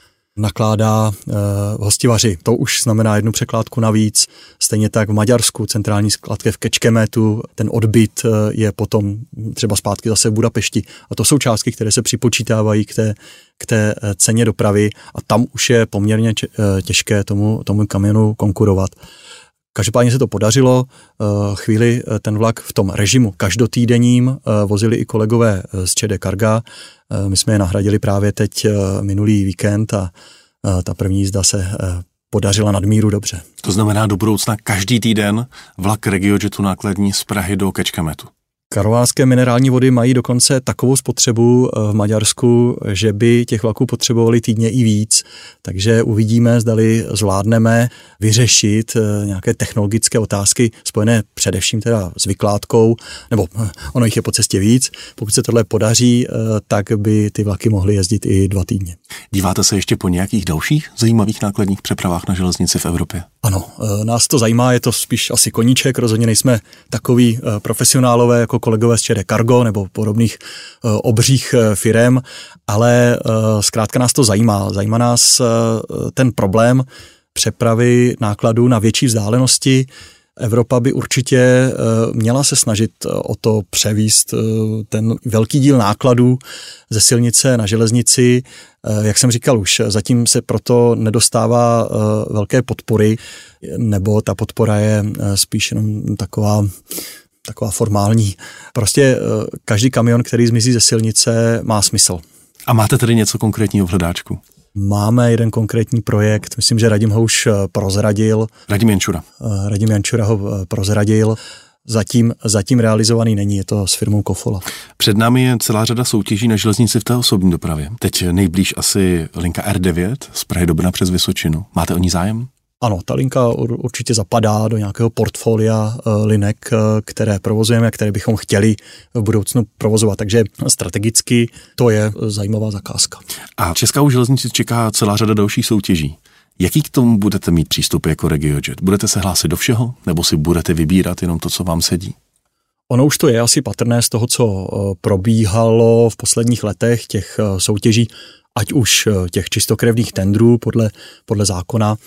nakládá e, hostivaři. To už znamená jednu překládku navíc. Stejně tak v Maďarsku, centrální skladka v Kecskemetu, ten odbyt je potom třeba zpátky zase v Budapešti. A to jsou částky, které se připočítávají k té, k té ceně dopravy a tam už je poměrně těžké tomu, tomu kamionu konkurovat. Každopádně se to podařilo, chvíli ten vlak v tom režimu každotýdenním vozili i kolegové z ČD Carga. My jsme je nahradili právě teď minulý víkend a ta první jízda se podařila nadmíru dobře. To znamená do budoucna každý týden vlak RegioJetu nákladní z Prahy do Kecskemetu. Karlovarské minerální vody mají dokonce takovou spotřebu v Maďarsku, že by těch vlaků potřebovali týdně i víc, takže uvidíme, zdali zvládneme vyřešit nějaké technologické otázky spojené především teda s vykládkou, nebo ono jich je po cestě víc. Pokud se tohle podaří, tak by ty vlaky mohly jezdit i dva týdny. Díváte se ještě po nějakých dalších zajímavých nákladních přepravách na železnici v Evropě? Ano, nás to zajímá, je to spíš asi koníček, rozhodně nejsme takový profesionálové jako kolegové z ČD Cargo nebo podobných obřích firem, ale zkrátka nás to zajímá. Zajímá nás ten problém přepravy nákladů na větší vzdálenosti. Evropa by určitě měla se snažit o to převíst ten velký díl nákladů ze silnice na železnici. Jak jsem říkal už, zatím se proto nedostává velké podpory, nebo ta podpora je spíš jenom taková taková formální. Prostě každý kamion, který zmizí ze silnice, má smysl. A máte tedy něco konkrétního v hledáčku? Máme jeden konkrétní projekt, myslím, že Radim ho už prozradil. Radim Jančura. Radim Jančura ho prozradil. Zatím, zatím realizovaný není, je to s firmou Kofola. Před námi je celá řada soutěží na železnici v té osobní dopravě. Teď nejblíž asi linka R devět z Prahy do Brna přes Vysočinu. Máte o ní zájem? Ano, ta linka určitě zapadá do nějakého portfolia linek, které provozujeme a které bychom chtěli v budoucnu provozovat. Takže strategicky to je zajímavá zakázka. A Českou železnici čeká celá řada dalších soutěží. Jaký k tomu budete mít přístup jako RegioJet? Budete se hlásit do všeho, nebo si budete vybírat jenom to, co vám sedí? Ono už to je asi patrné z toho, co probíhalo v posledních letech těch soutěží, ať už těch čistokrevných tendrů podle, podle zákona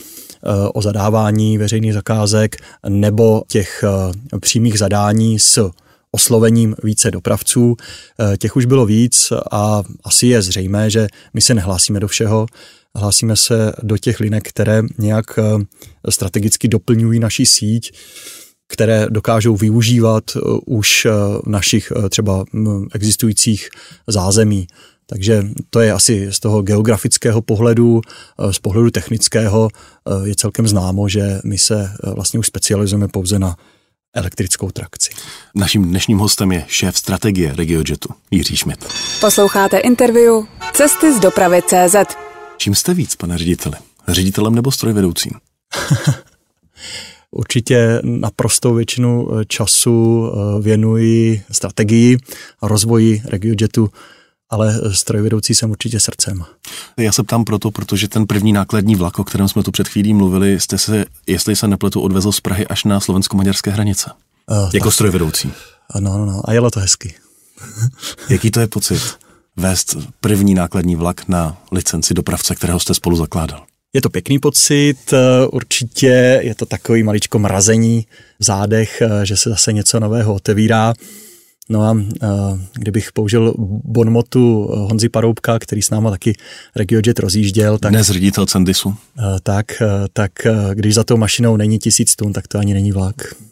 o zadávání veřejných zakázek, nebo těch přímých zadání s oslovením více dopravců. Těch už bylo víc a asi je zřejmé, že my se nehlásíme do všeho, hlásíme se do těch linek, které nějak strategicky doplňují naši síť, které dokážou využívat už našich třeba existujících zázemí. Takže to je asi z toho geografického pohledu, z pohledu technického je celkem známo, že my se vlastně už specializujeme pouze na elektrickou trakci. Naším dnešním hostem je šéf strategie RegioJetu, Jiří Schmidt. Posloucháte interview Cesty z dopravy tečka cé zet. Čím jste víc, pane řediteli? Ředitelem nebo strojvedoucím? Určitě naprostou většinu času věnuji strategii a rozvoji RegioJetu, ale strojvedoucí jsem určitě srdcem. Já se ptám proto, protože ten první nákladní vlak, o kterém jsme tu před chvílí mluvili, jste se, jestli se nepletu, odvezl z Prahy až na slovensko-maďarské hranice. Uh, jako tak. Strojvedoucí. Ano, ano, ano. A jelo to hezky. Jaký to je pocit vést první nákladní vlak na licenci dopravce, kterého jste spolu zakládal? Je to pěkný pocit, určitě je to takový maličko mrazení v zádech, že se zase něco nového otevírá. No a kdybych použil bonmotu Honzy Paroubka, který s náma taky RegioJet rozjížděl, tak... Dnes ředitel Cendisu. Tak, tak když za tou mašinou není tisíc tun, tak to ani není vlak.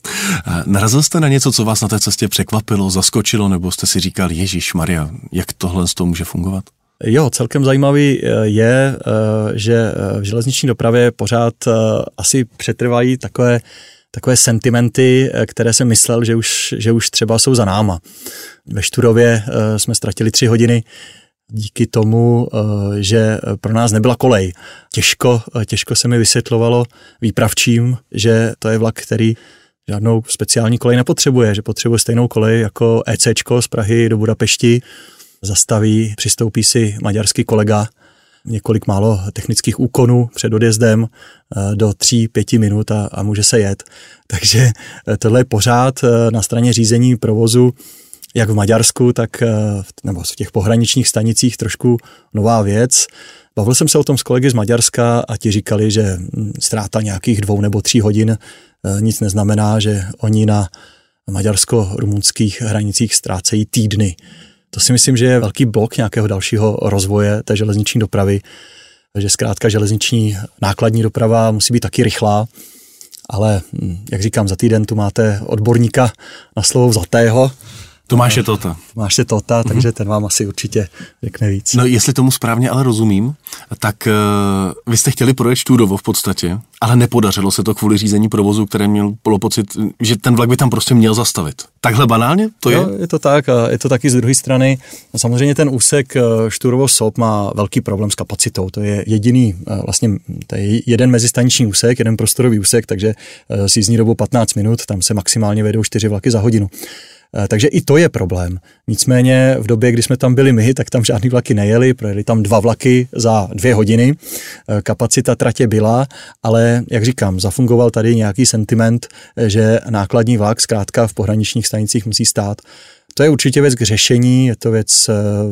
Narazil jste na něco, co vás na té cestě překvapilo, zaskočilo, nebo jste si říkal, Ježišmarja, jak tohle z toho může fungovat? Jo, celkem zajímavý je, že v železniční dopravě pořád asi přetrvají takové takové sentimenty, které jsem myslel, že už, že už třeba jsou za náma. Ve Šturově jsme ztratili tři hodiny díky tomu, že pro nás nebyla kolej. Těžko, těžko se mi vysvětlovalo výpravčím, že to je vlak, který žádnou speciální kolej nepotřebuje, že potřebuje stejnou kolej jako ECčko z Prahy do Budapešti. Zastaví, přistoupí si maďarský kolega, několik málo technických úkonů před odjezdem do tří, pěti minut a, a může se jet. Takže tohle je pořád na straně řízení provozu, jak v Maďarsku, tak nebo v těch pohraničních stanicích trošku nová věc. Bavil jsem se o tom s kolegy z Maďarska a ti říkali, že ztráta nějakých dvou nebo tří hodin nic neznamená, že oni na maďarsko-rumunských hranicích ztrácejí týdny. To si myslím, že je velký blok nějakého dalšího rozvoje té železniční dopravy, že zkrátka železniční nákladní doprava musí být taky rychlá, ale jak říkám, za týden tu máte odborníka na slovo zlatého. Tomáše Tota. Tomáše Tota, mm-hmm. takže ten vám asi určitě řekne víc. No jestli tomu správně ale rozumím, tak uh, vy jste chtěli projet Šturovo v podstatě, ale nepodařilo se to kvůli řízení provozu, které měl pocit, že ten vlak by tam prostě měl zastavit. Takhle banálně to je? Jo, je to tak a je to taky z druhé strany. Samozřejmě ten úsek Šturovo-Sop má velký problém s kapacitou. To je jediný, vlastně to je jeden mezistaniční úsek, jeden prostorový úsek, takže s jízdní dobou patnáct minut, tam se maximálně vedou čtyři vlaky za hodinu. Takže i to je problém. Nicméně v době, kdy jsme tam byli my, tak tam žádný vlaky nejeli, projeli tam dva vlaky za dvě hodiny. Kapacita tratě byla, ale jak říkám, zafungoval tady nějaký sentiment, že nákladní vlak zkrátka v pohraničních stanicích musí stát. To je určitě věc k řešení, je to věc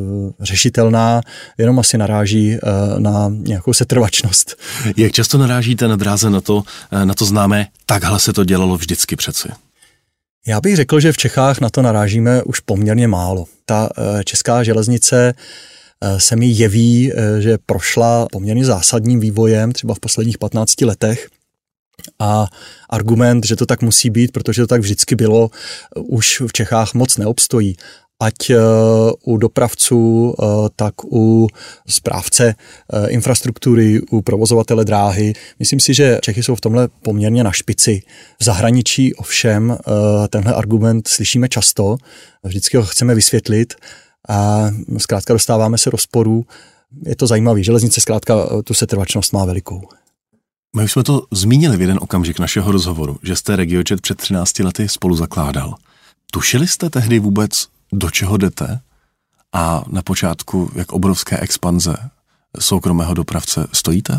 řešitelná, jenom asi naráží na nějakou setrvačnost. Jak často narážíte na dráze na to, na to známé, takhle se to dělalo vždycky přeci? Já bych řekl, že v Čechách na to narážíme už poměrně málo. Ta česká železnice se mi jeví, že prošla poměrně zásadním vývojem třeba v posledních patnácti letech a argument, že to tak musí být, protože to tak vždycky bylo, už v Čechách moc neobstojí. Ať u dopravců, tak u správce infrastruktury, u provozovatele dráhy. Myslím si, že Čechy jsou v tomhle poměrně na špici. V zahraničí ovšem tenhle argument slyšíme často, vždycky ho chceme vysvětlit a zkrátka dostáváme se do sporů. Je to zajímavé, železnice zkrátka tu setrvačnost má velikou. My už jsme to zmínili v jeden okamžik našeho rozhovoru, že jste RegioJet před třinácti lety spolu zakládal. Tušili jste tehdy vůbec, do čeho jdete a na počátku, jak obrovské expanze soukromého dopravce stojíte?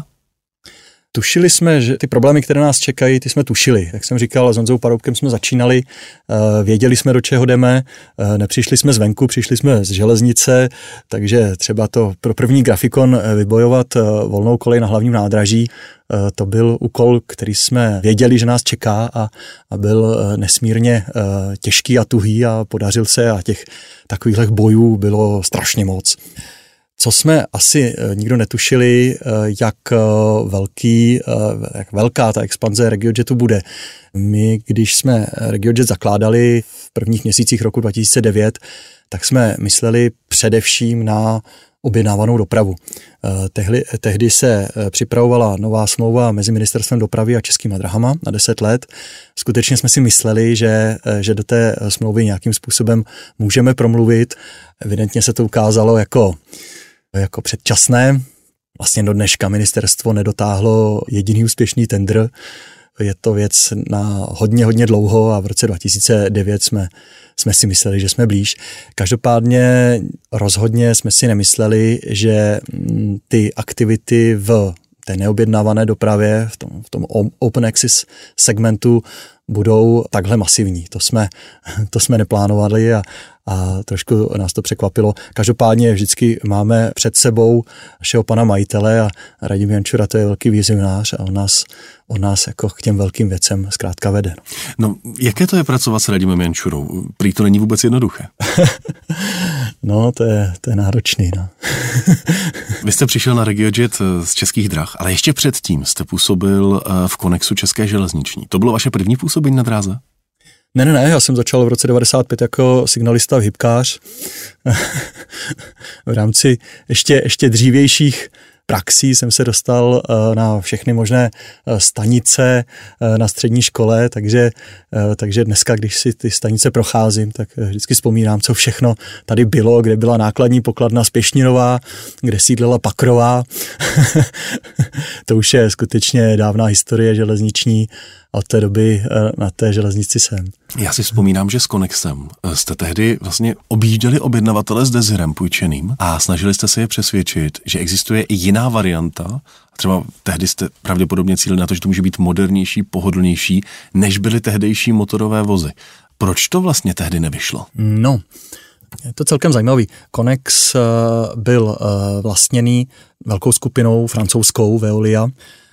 Tušili jsme, že ty problémy, které nás čekají, ty jsme tušili. Jak jsem říkal, s Honzou Paroubkem jsme začínali, věděli jsme, do čeho jdeme, nepřišli jsme zvenku, přišli jsme z železnice, takže třeba to pro první grafikon vybojovat volnou kolej na hlavním nádraží, to byl úkol, který jsme věděli, že nás čeká a, a byl nesmírně těžký a tuhý a podařil se a těch takových bojů bylo strašně moc. Co jsme asi nikdo netušili, jak, velký, jak velká ta expanze RegioJetu bude. My, když jsme RegioJet zakládali v prvních měsících roku dva tisíce devět, tak jsme mysleli především na objednávanou dopravu. Tehdy, tehdy se připravovala nová smlouva mezi Ministerstvem dopravy a Českýma drahama na deset let. Skutečně jsme si mysleli, že, že do té smlouvy nějakým způsobem můžeme promluvit. Evidentně se to ukázalo jako jako předčasné. Vlastně do dneška ministerstvo nedotáhlo jediný úspěšný tendr. Je to věc na hodně, hodně dlouho a v roce dva tisíce devět jsme, jsme si mysleli, že jsme blíž. Každopádně rozhodně jsme si nemysleli, že ty aktivity v té neobjednávané dopravě, v tom, v tom open access segmentu budou takhle masivní. To jsme, to jsme neplánovali a, a trošku nás to překvapilo. Každopádně vždycky máme před sebou našeho pana majitele a Radim Jančura, to je velký vizionář a on nás, on nás jako k těm velkým věcem zkrátka vede. No, jaké to je pracovat s Radimem Jančurou? Prý to není vůbec jednoduché. No, to je, to je náročný. No. Vy jste přišel na RegioJet z Českých drah, ale ještě předtím jste působil v Konexu České železniční. To bylo vaše první působení na dráze? Ne, ne, ne, já jsem začal v roce devadesát pět jako signalista vhybkář v rámci ještě, ještě dřívějších praxí jsem se dostal na všechny možné stanice na střední škole, takže, takže dneska, když si ty stanice procházím, tak vždycky vzpomínám, co všechno tady bylo, kde byla nákladní pokladna Spěšninová, kde sídlila Pakrová. To už je skutečně dávná historie železniční a od té doby na té železnici jsem. Já si vzpomínám, že s Konexem jste tehdy vlastně objížděli objednavatele s Desirem půjčeným a snažili jste se je přesvědčit, že existuje i jiná varianta. Třeba tehdy jste pravděpodobně cílili na to, že to může být modernější, pohodlnější, než byly tehdejší motorové vozy. Proč to vlastně tehdy nevyšlo? No, je to celkem zajímavý. Konex byl vlastněný velkou skupinou francouzskou Veolia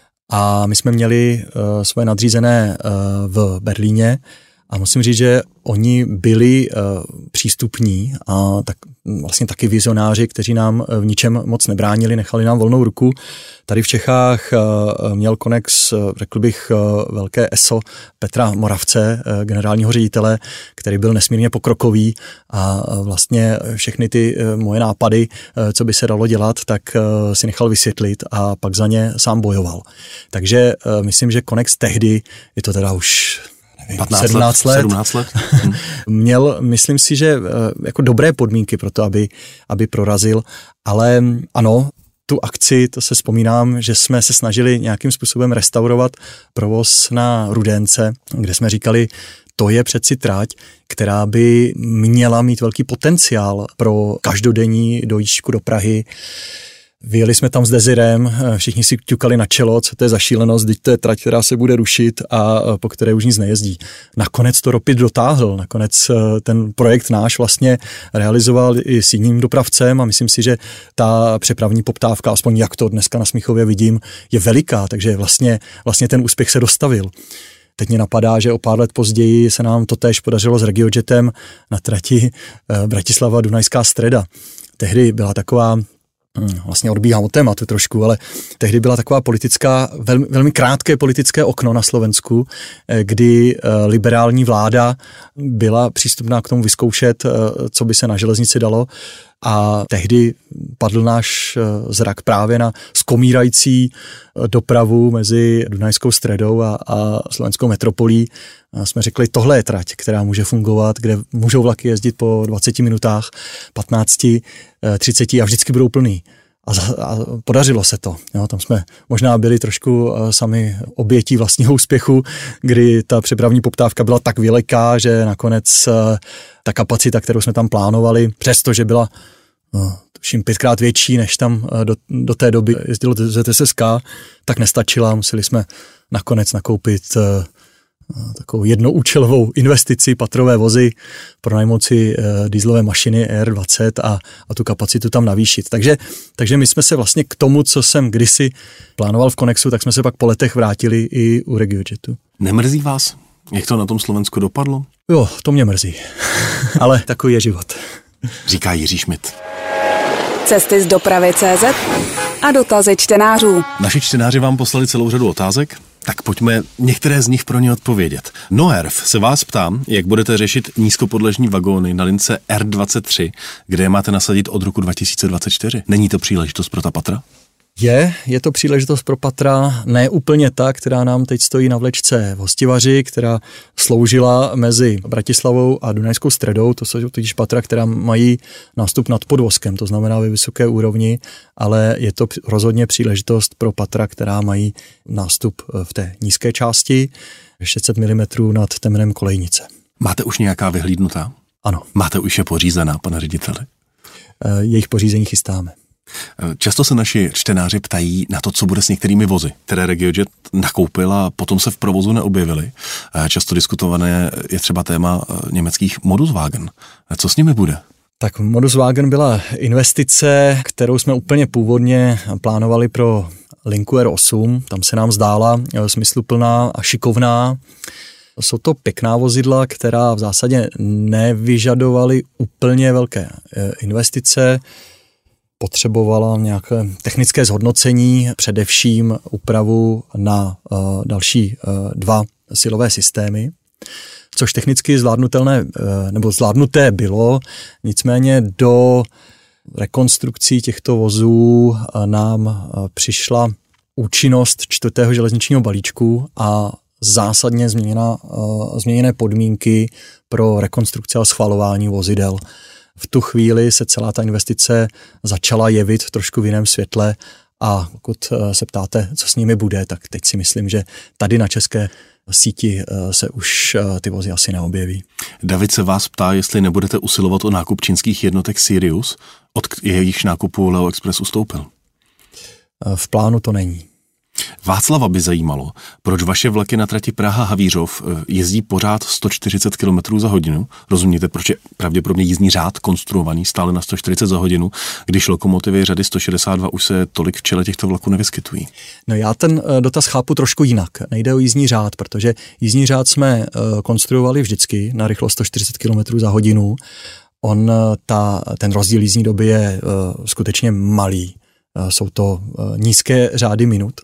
a my jsme měli svoje nadřízené v Berlíně a musím říct, že oni byli uh, přístupní a tak vlastně taky vizionáři, kteří nám v ničem moc nebránili, nechali nám volnou ruku. Tady v Čechách uh, měl Konex, uh, řekl bych, uh, velké eso Petra Moravce, uh, generálního ředitele, který byl nesmírně pokrokový a uh, vlastně všechny ty uh, moje nápady, uh, co by se dalo dělat, tak uh, si nechal vysvětlit a pak za ně sám bojoval. Takže uh, myslím, že Konex tehdy, je to teda už patnáct let, sedmnáct let. Hmm. Měl, myslím si, že jako dobré podmínky pro to, aby, aby prorazil, ale ano, tu akci, to se vzpomínám, že jsme se snažili nějakým způsobem restaurovat provoz na Rudénce, kde jsme říkali, to je přeci trať, která by měla mít velký potenciál pro každodenní dojížďku do Prahy. Vyjeli jsme tam s Desirem, všichni si ťukali na čelo, co to je za šílenost, teď to je trať, která se bude rušit a po které už nic nejezdí. Nakonec to Ropit dotáhl, nakonec ten projekt náš vlastně realizoval i s jiným dopravcem a myslím si, že ta přepravní poptávka, aspoň jak to dneska na Smíchově vidím, je veliká, takže vlastně, vlastně ten úspěch se dostavil. Teď mě napadá, že o pár let později se nám to též podařilo s RegioJetem na trati Bratislava Dunajská Streda. Tehdy byla taková, vlastně odbíhám od tématu trošku, ale tehdy byla taková politická, velmi, velmi krátké politické okno na Slovensku, kdy liberální vláda byla přístupná k tomu vyzkoušet, co by se na železnici dalo. A tehdy padl náš zrak právě na skomírající dopravu mezi Dunajskou Stredou a, a slovenskou metropolí. A jsme řekli, tohle je trať, která může fungovat, kde můžou vlaky jezdit po dvaceti minutách, patnácti, třiceti a vždycky budou plný. A, za, a podařilo se to. Jo, tam jsme možná byli trošku uh, sami obětí vlastního úspěchu, kdy ta přepravní poptávka byla tak veliká, že nakonec uh, ta kapacita, kterou jsme tam plánovali, přestože byla uh, tuším pětkrát větší, než tam uh, do, do té doby jezdilo Z T S S K, tak nestačila. Museli jsme nakonec nakoupit uh, takovou jednoúčelovou investici, patrové vozy, pronajmout si uh, dieselové mašiny E R dvacet a, a tu kapacitu tam navýšit. Takže, takže my jsme se vlastně k tomu, co jsem kdysi plánoval v Konexu, tak jsme se pak po letech vrátili i u RegioJetu. Nemrzí vás, jak to na tom Slovensku dopadlo? Jo, to mě mrzí, ale takový je život. Říká Jiří Schmidt. Cesty z dopravy tečka cé zet a dotazy čtenářů. Naši čtenáři vám poslali celou řadu otázek, tak pojďme některé z nich pro ně odpovědět. Noerv se vás ptám, jak budete řešit nízkopodlažní vagóny na lince R dvacet tři, kde je máte nasadit od roku dva tisíce dvacet čtyři. Není to příležitost pro ta patra? Je, je to příležitost pro patra, ne úplně ta, která nám teď stojí na vlečce v Hostivaři, která sloužila mezi Bratislavou a Dunajskou Stredou, to jsou totiž patra, která mají nástup nad podvozkem, to znamená ve vysoké úrovni, ale je to rozhodně příležitost pro patra, která mají nástup v té nízké části, šest set milimetrů nad temenem kolejnice. Máte už nějaká vyhlídnutá? Ano. Máte už je pořízená, pane řediteli? Jejich pořízení chystáme. Často se naši čtenáři ptají na to, co bude s některými vozy, které RegioJet nakoupil a potom se v provozu neobjevily. Často diskutované je třeba téma německých Moduswagen. Co s nimi bude? Tak Moduswagen byla investice, kterou jsme úplně původně plánovali pro linku R osm. Tam se nám zdála smysluplná a šikovná. Jsou to pěkná vozidla, která v zásadě nevyžadovaly úplně velké investice. Potřebovala nějaké technické zhodnocení, především úpravu na uh, další uh, dva silové systémy, což technicky zvládnutelné, uh, nebo zvládnuté bylo, nicméně do rekonstrukcí těchto vozů uh, nám uh, přišla účinnost čtvrtého železničního balíčku a zásadně změněna, uh, změněné podmínky pro rekonstrukci a schvalování vozidel. V tu chvíli se celá ta investice začala jevit trošku v jiném světle a pokud se ptáte, co s nimi bude, tak teď si myslím, že tady na české síti se už ty vozy asi neobjeví. David se vás ptá, jestli nebudete usilovat o nákup čínských jednotek Sirius, od jejichž nákupu Leo Express ustoupil. V plánu to není. Václava by zajímalo, proč vaše vlaky na trati Praha-Havířov jezdí pořád sto čtyřicet kilometrů za hodinu. Rozumíte, proč je pravděpodobně jízdní řád konstruovaný stále na sto čtyřicet za hodinu, když lokomotivy řady sto šedesát dva už se tolik v čele těchto vlaků nevyskytují? No já ten dotaz chápu trošku jinak. Nejde o jízdní řád, protože jízdní řád jsme konstruovali vždycky na rychlost sto čtyřicet kilometrů za hodinu. On, ta, ten rozdíl jízdní doby je uh, skutečně malý. Uh, jsou to uh, nízké řády minut.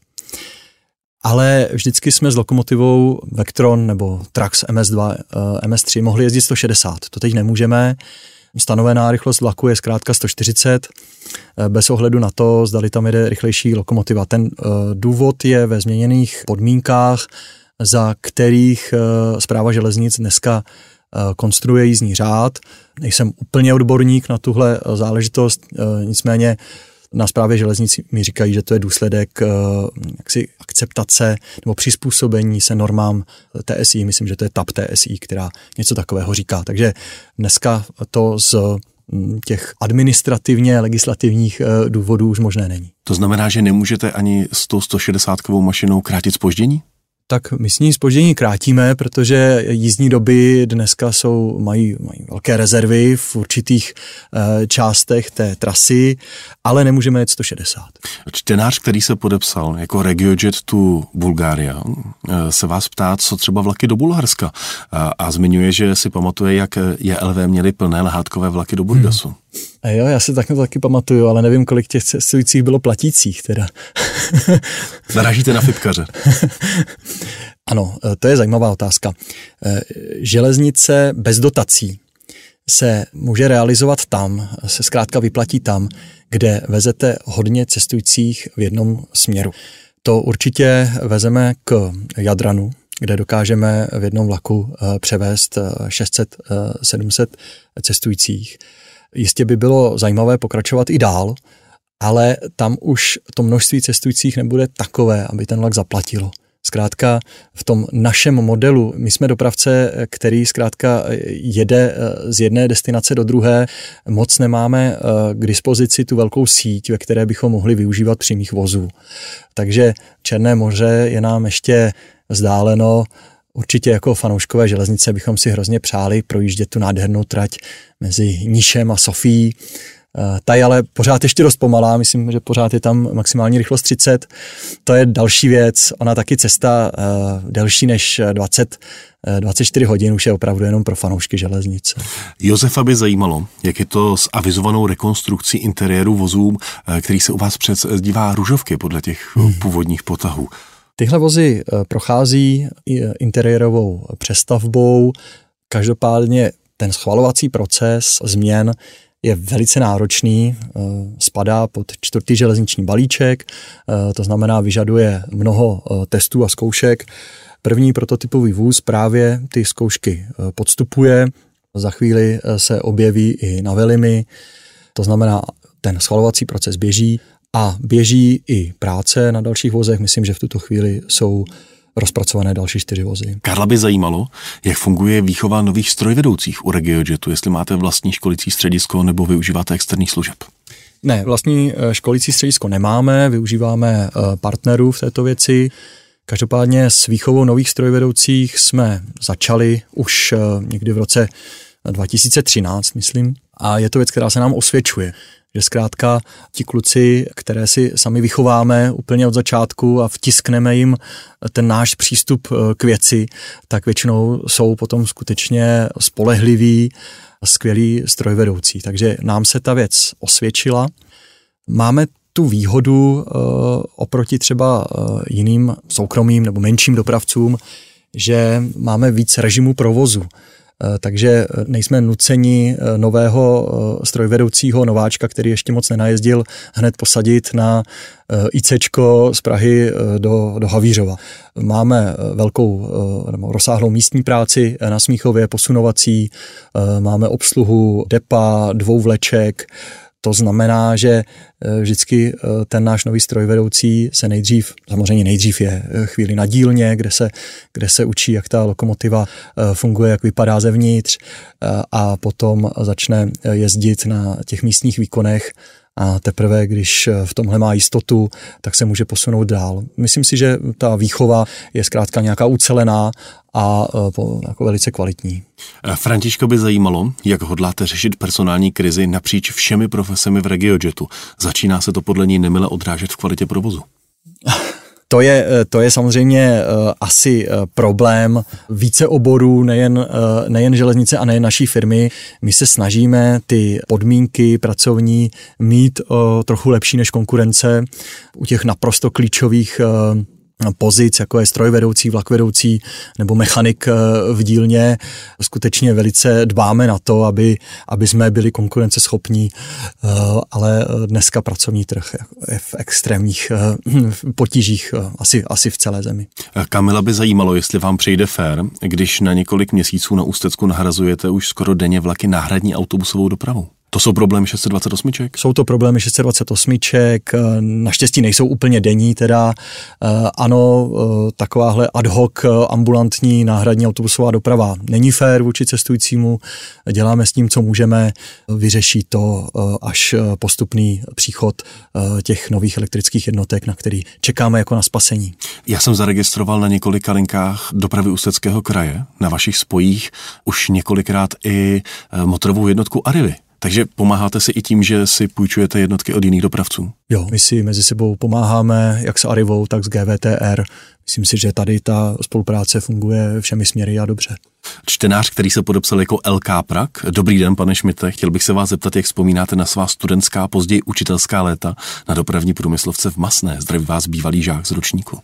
Ale vždycky jsme s lokomotivou Vectron nebo Trax M S dva, M S tři mohli jezdit sto šedesát. To teď nemůžeme. Stanovená rychlost vlaku je zkrátka sto čtyřicet, bez ohledu na to, zdali tam jede rychlejší lokomotiva. Ten důvod je ve změněných podmínkách, za kterých Správa železnic dneska konstruuje jízdní řád. Nejsem úplně odborník na tuhle záležitost, nicméně na Správě železnic mi říkají, že to je důsledek jaksi akceptace nebo přizpůsobení se normám T S I. Myslím, že to je T A P T S I, která něco takového říká. Takže dneska to z těch administrativně legislativních důvodů už možné není. To znamená, že nemůžete ani s tou sto šedesátkovou mašinou krátit zpoždění? Tak my s ní zpoždění krátíme, protože jízdní doby dneska jsou, mají, mají velké rezervy v určitých e, částech té trasy, ale nemůžeme jet sto šedesát. Čtenář, který se podepsal jako RegioJet to Bulgaria, se vás ptá, co třeba vlaky do Bulharska a, a zmiňuje, že si pamatuje, jak J L V měli plné lehátkové vlaky do Burgasu. Hmm. A jo, já si tak taky pamatuju, ale nevím, kolik těch cestujících bylo platících teda. Narážíte na fipkaře. Ano, to je zajímavá otázka. Železnice bez dotací se může realizovat tam, se zkrátka vyplatí tam, kde vezete hodně cestujících v jednom směru. To určitě vezeme k Jadranu, kde dokážeme v jednom vlaku převést šest set sedm set cestujících. Jistě by bylo zajímavé pokračovat i dál, ale tam už to množství cestujících nebude takové, aby ten vlak zaplatilo. Zkrátka v tom našem modelu, my jsme dopravce, který zkrátka jede z jedné destinace do druhé, moc nemáme k dispozici tu velkou síť, ve které bychom mohli využívat přímých vozů. Takže Černé moře je nám ještě vzdáleno. Určitě jako fanouškové železnice bychom si hrozně přáli projíždět tu nádhernou trať mezi Níšem a Sofií. Ta je ale pořád ještě dost pomalá, myslím, že pořád je tam maximální rychlost třicet. To je další věc, ona taky cesta uh, delší než dvacet, dvacet čtyři hodin už je opravdu jenom pro fanoušky železnice. Josefa by zajímalo, jak je to s avizovanou rekonstrukcí interiéru vozů, který se u vás přezdívá Ružovky podle těch hmm. původních potahů. Tyhle vozy prochází interiérovou přestavbou, každopádně ten schvalovací proces změn je velice náročný, spadá pod čtvrtý železniční balíček, to znamená vyžaduje mnoho testů a zkoušek. První prototypový vůz právě ty zkoušky podstupuje, za chvíli se objeví i na Velimi, to znamená ten schvalovací proces běží a běží i práce na dalších vozech, myslím, že v tuto chvíli jsou rozpracované další čtyři vozy. Karla by zajímalo, jak funguje výchova nových strojvedoucích u RegioJetu, jestli máte vlastní školicí středisko nebo využíváte externích služeb. Ne, vlastní školící středisko nemáme, využíváme partnerů v této věci. Každopádně s výchovou nových strojvedoucích jsme začali už někdy v roce dva tisíce třináct, myslím, a je to věc, která se nám osvědčuje. Že zkrátka ti kluci, které si sami vychováme úplně od začátku a vtiskneme jim ten náš přístup k věci, tak většinou jsou potom skutečně spolehliví, skvělí strojvedoucí. Takže nám se ta věc osvědčila. Máme tu výhodu uh, oproti třeba uh, jiným soukromým nebo menším dopravcům, že máme víc režimu provozu. Takže nejsme nuceni nového strojvedoucího nováčka, který ještě moc nenajezdil, hned posadit na ICčko z Prahy do, do Havířova. Máme velkou nebo rozsáhlou místní práci na Smíchově, posunovací, máme obsluhu depa, dvou vleček. To znamená, že vždycky ten náš nový strojvedoucí se nejdřív, samozřejmě nejdřív je chvíli na dílně, kde se, kde se učí, jak ta lokomotiva funguje, jak vypadá zevnitř, a potom začne jezdit na těch místních výkonech a teprve, když v tomhle má jistotu, tak se může posunout dál. Myslím si, že ta výchova je zkrátka nějaká ucelená a jako velice kvalitní. Františka by zajímalo, jak hodláte řešit personální krizi napříč všemi profesemi v RegioJetu. Začíná se to podle ní nemile odrážet v kvalitě provozu? To je, to je samozřejmě uh, asi uh, problém více oborů, nejen, uh, nejen železnice a nejen naší firmy. My se snažíme ty podmínky pracovní mít uh, trochu lepší než konkurence u těch naprosto klíčových uh, pozic, jako je strojvedoucí, vlakvedoucí nebo mechanik v dílně. Skutečně velice dbáme na to, aby, aby jsme byli konkurenceschopní, ale dneska pracovní trh je v extrémních potížích asi, asi v celé zemi. Kamila by zajímalo, jestli vám přijde fér, když na několik měsíců na Ústecku nahrazujete už skoro denně vlaky náhradní autobusovou dopravou. To jsou problémy šest set dvacet osm? Jsou to problémy šest set dvacet osm, naštěstí nejsou úplně denní, teda ano, takováhle ad hoc ambulantní náhradní autobusová doprava není fér vůči cestujícímu, děláme s tím, co můžeme, vyřeší to až postupný příchod těch nových elektrických jednotek, na který čekáme jako na spasení. Já jsem zaregistroval na několika linkách dopravy Ústeckého kraje, na vašich spojích už několikrát i motorovou jednotku Arrivy. Takže pomáháte si i tím, že si půjčujete jednotky od jiných dopravců? Jo, my si mezi sebou pomáháme jak s Arrivou, tak s G V T R. Myslím si, že tady ta spolupráce funguje všemi směry a dobře. Čtenář, který se podepsal jako L K Prak. Dobrý den, pane Šmite, chtěl bych se vás zeptat, jak vzpomínáte na svá studentská, později učitelská léta na dopravní průmyslovce v Masné. Zdraví vás bývalý žák z ročníku.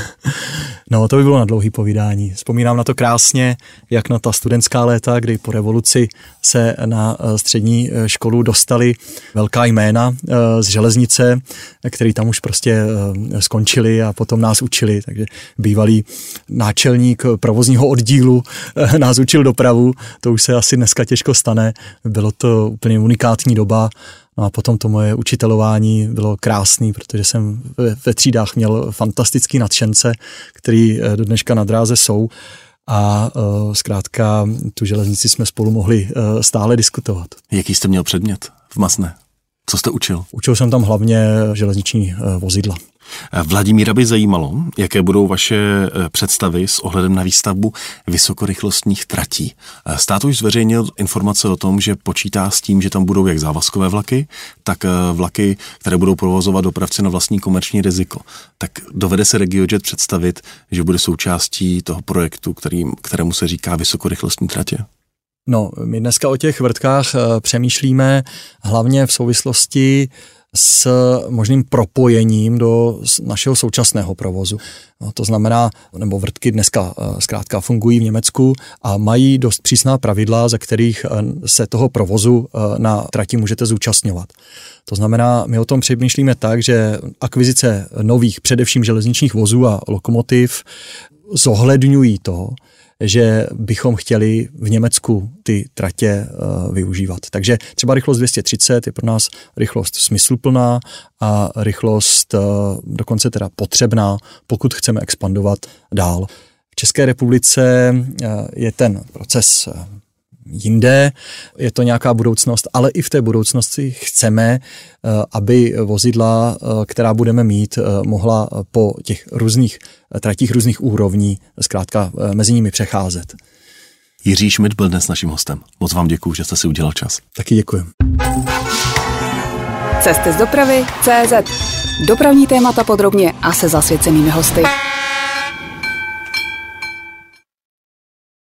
No, to by bylo na dlouhý povídání. Vzpomínám na to krásně, jak na ta studentská léta, kdy po revoluci se na střední školu dostali velká jména z železnice, který tam už prostě skončili a potom nás učili. Takže bývalý náčelník provozního oddílu nás učil dopravu, to už se asi dneska těžko stane. Bylo to úplně unikátní doba. No a potom to moje učitelování bylo krásný, protože jsem ve třídách měl fantastický nadšence, který do dneška na dráze jsou, a uh, zkrátka tu železnici jsme spolu mohli uh, stále diskutovat. Jaký jste měl předmět v Masné? Co jste učil? Učil jsem tam hlavně železniční uh, vozidla. Vladimíra by zajímalo, jaké budou vaše představy s ohledem na výstavbu vysokorychlostních tratí. Stát už zveřejnil informace o tom, že počítá s tím, že tam budou jak závazkové vlaky, tak vlaky, které budou provozovat dopravci na vlastní komerční riziko. Tak dovede se RegioJet představit, že bude součástí toho projektu, který, kterému se říká vysokorychlostní tratě? No, my dneska o těch vrtkách přemýšlíme hlavně v souvislosti s možným propojením do našeho současného provozu. No, to znamená, nebo vrtky dneska zkrátka fungují v Německu a mají dost přísná pravidla, za kterých se toho provozu na trati můžete zúčastňovat. To znamená, my o tom přemýšlíme tak, že akvizice nových především železničních vozů a lokomotiv zohledňují to, že bychom chtěli v Německu ty tratě uh, využívat. Takže třeba rychlost dvě stě třicet je pro nás rychlost smysluplná a rychlost uh, dokonce teda potřebná, pokud chceme expandovat dál. V České republice uh, je ten proces uh, jinde, je to nějaká budoucnost, ale i v té budoucnosti chceme, aby vozidla, která budeme mít, mohla po těch různých tratích různých úrovní zkrátka mezi nimi přecházet. Jiří Schmidt byl dnes naším hostem. Moc vám děkuju, že jste si udělal čas. Taky děkuji. Cesty z dopravy tečka cé zet. Dopravní témata podrobně a se zasvěcenými hosty.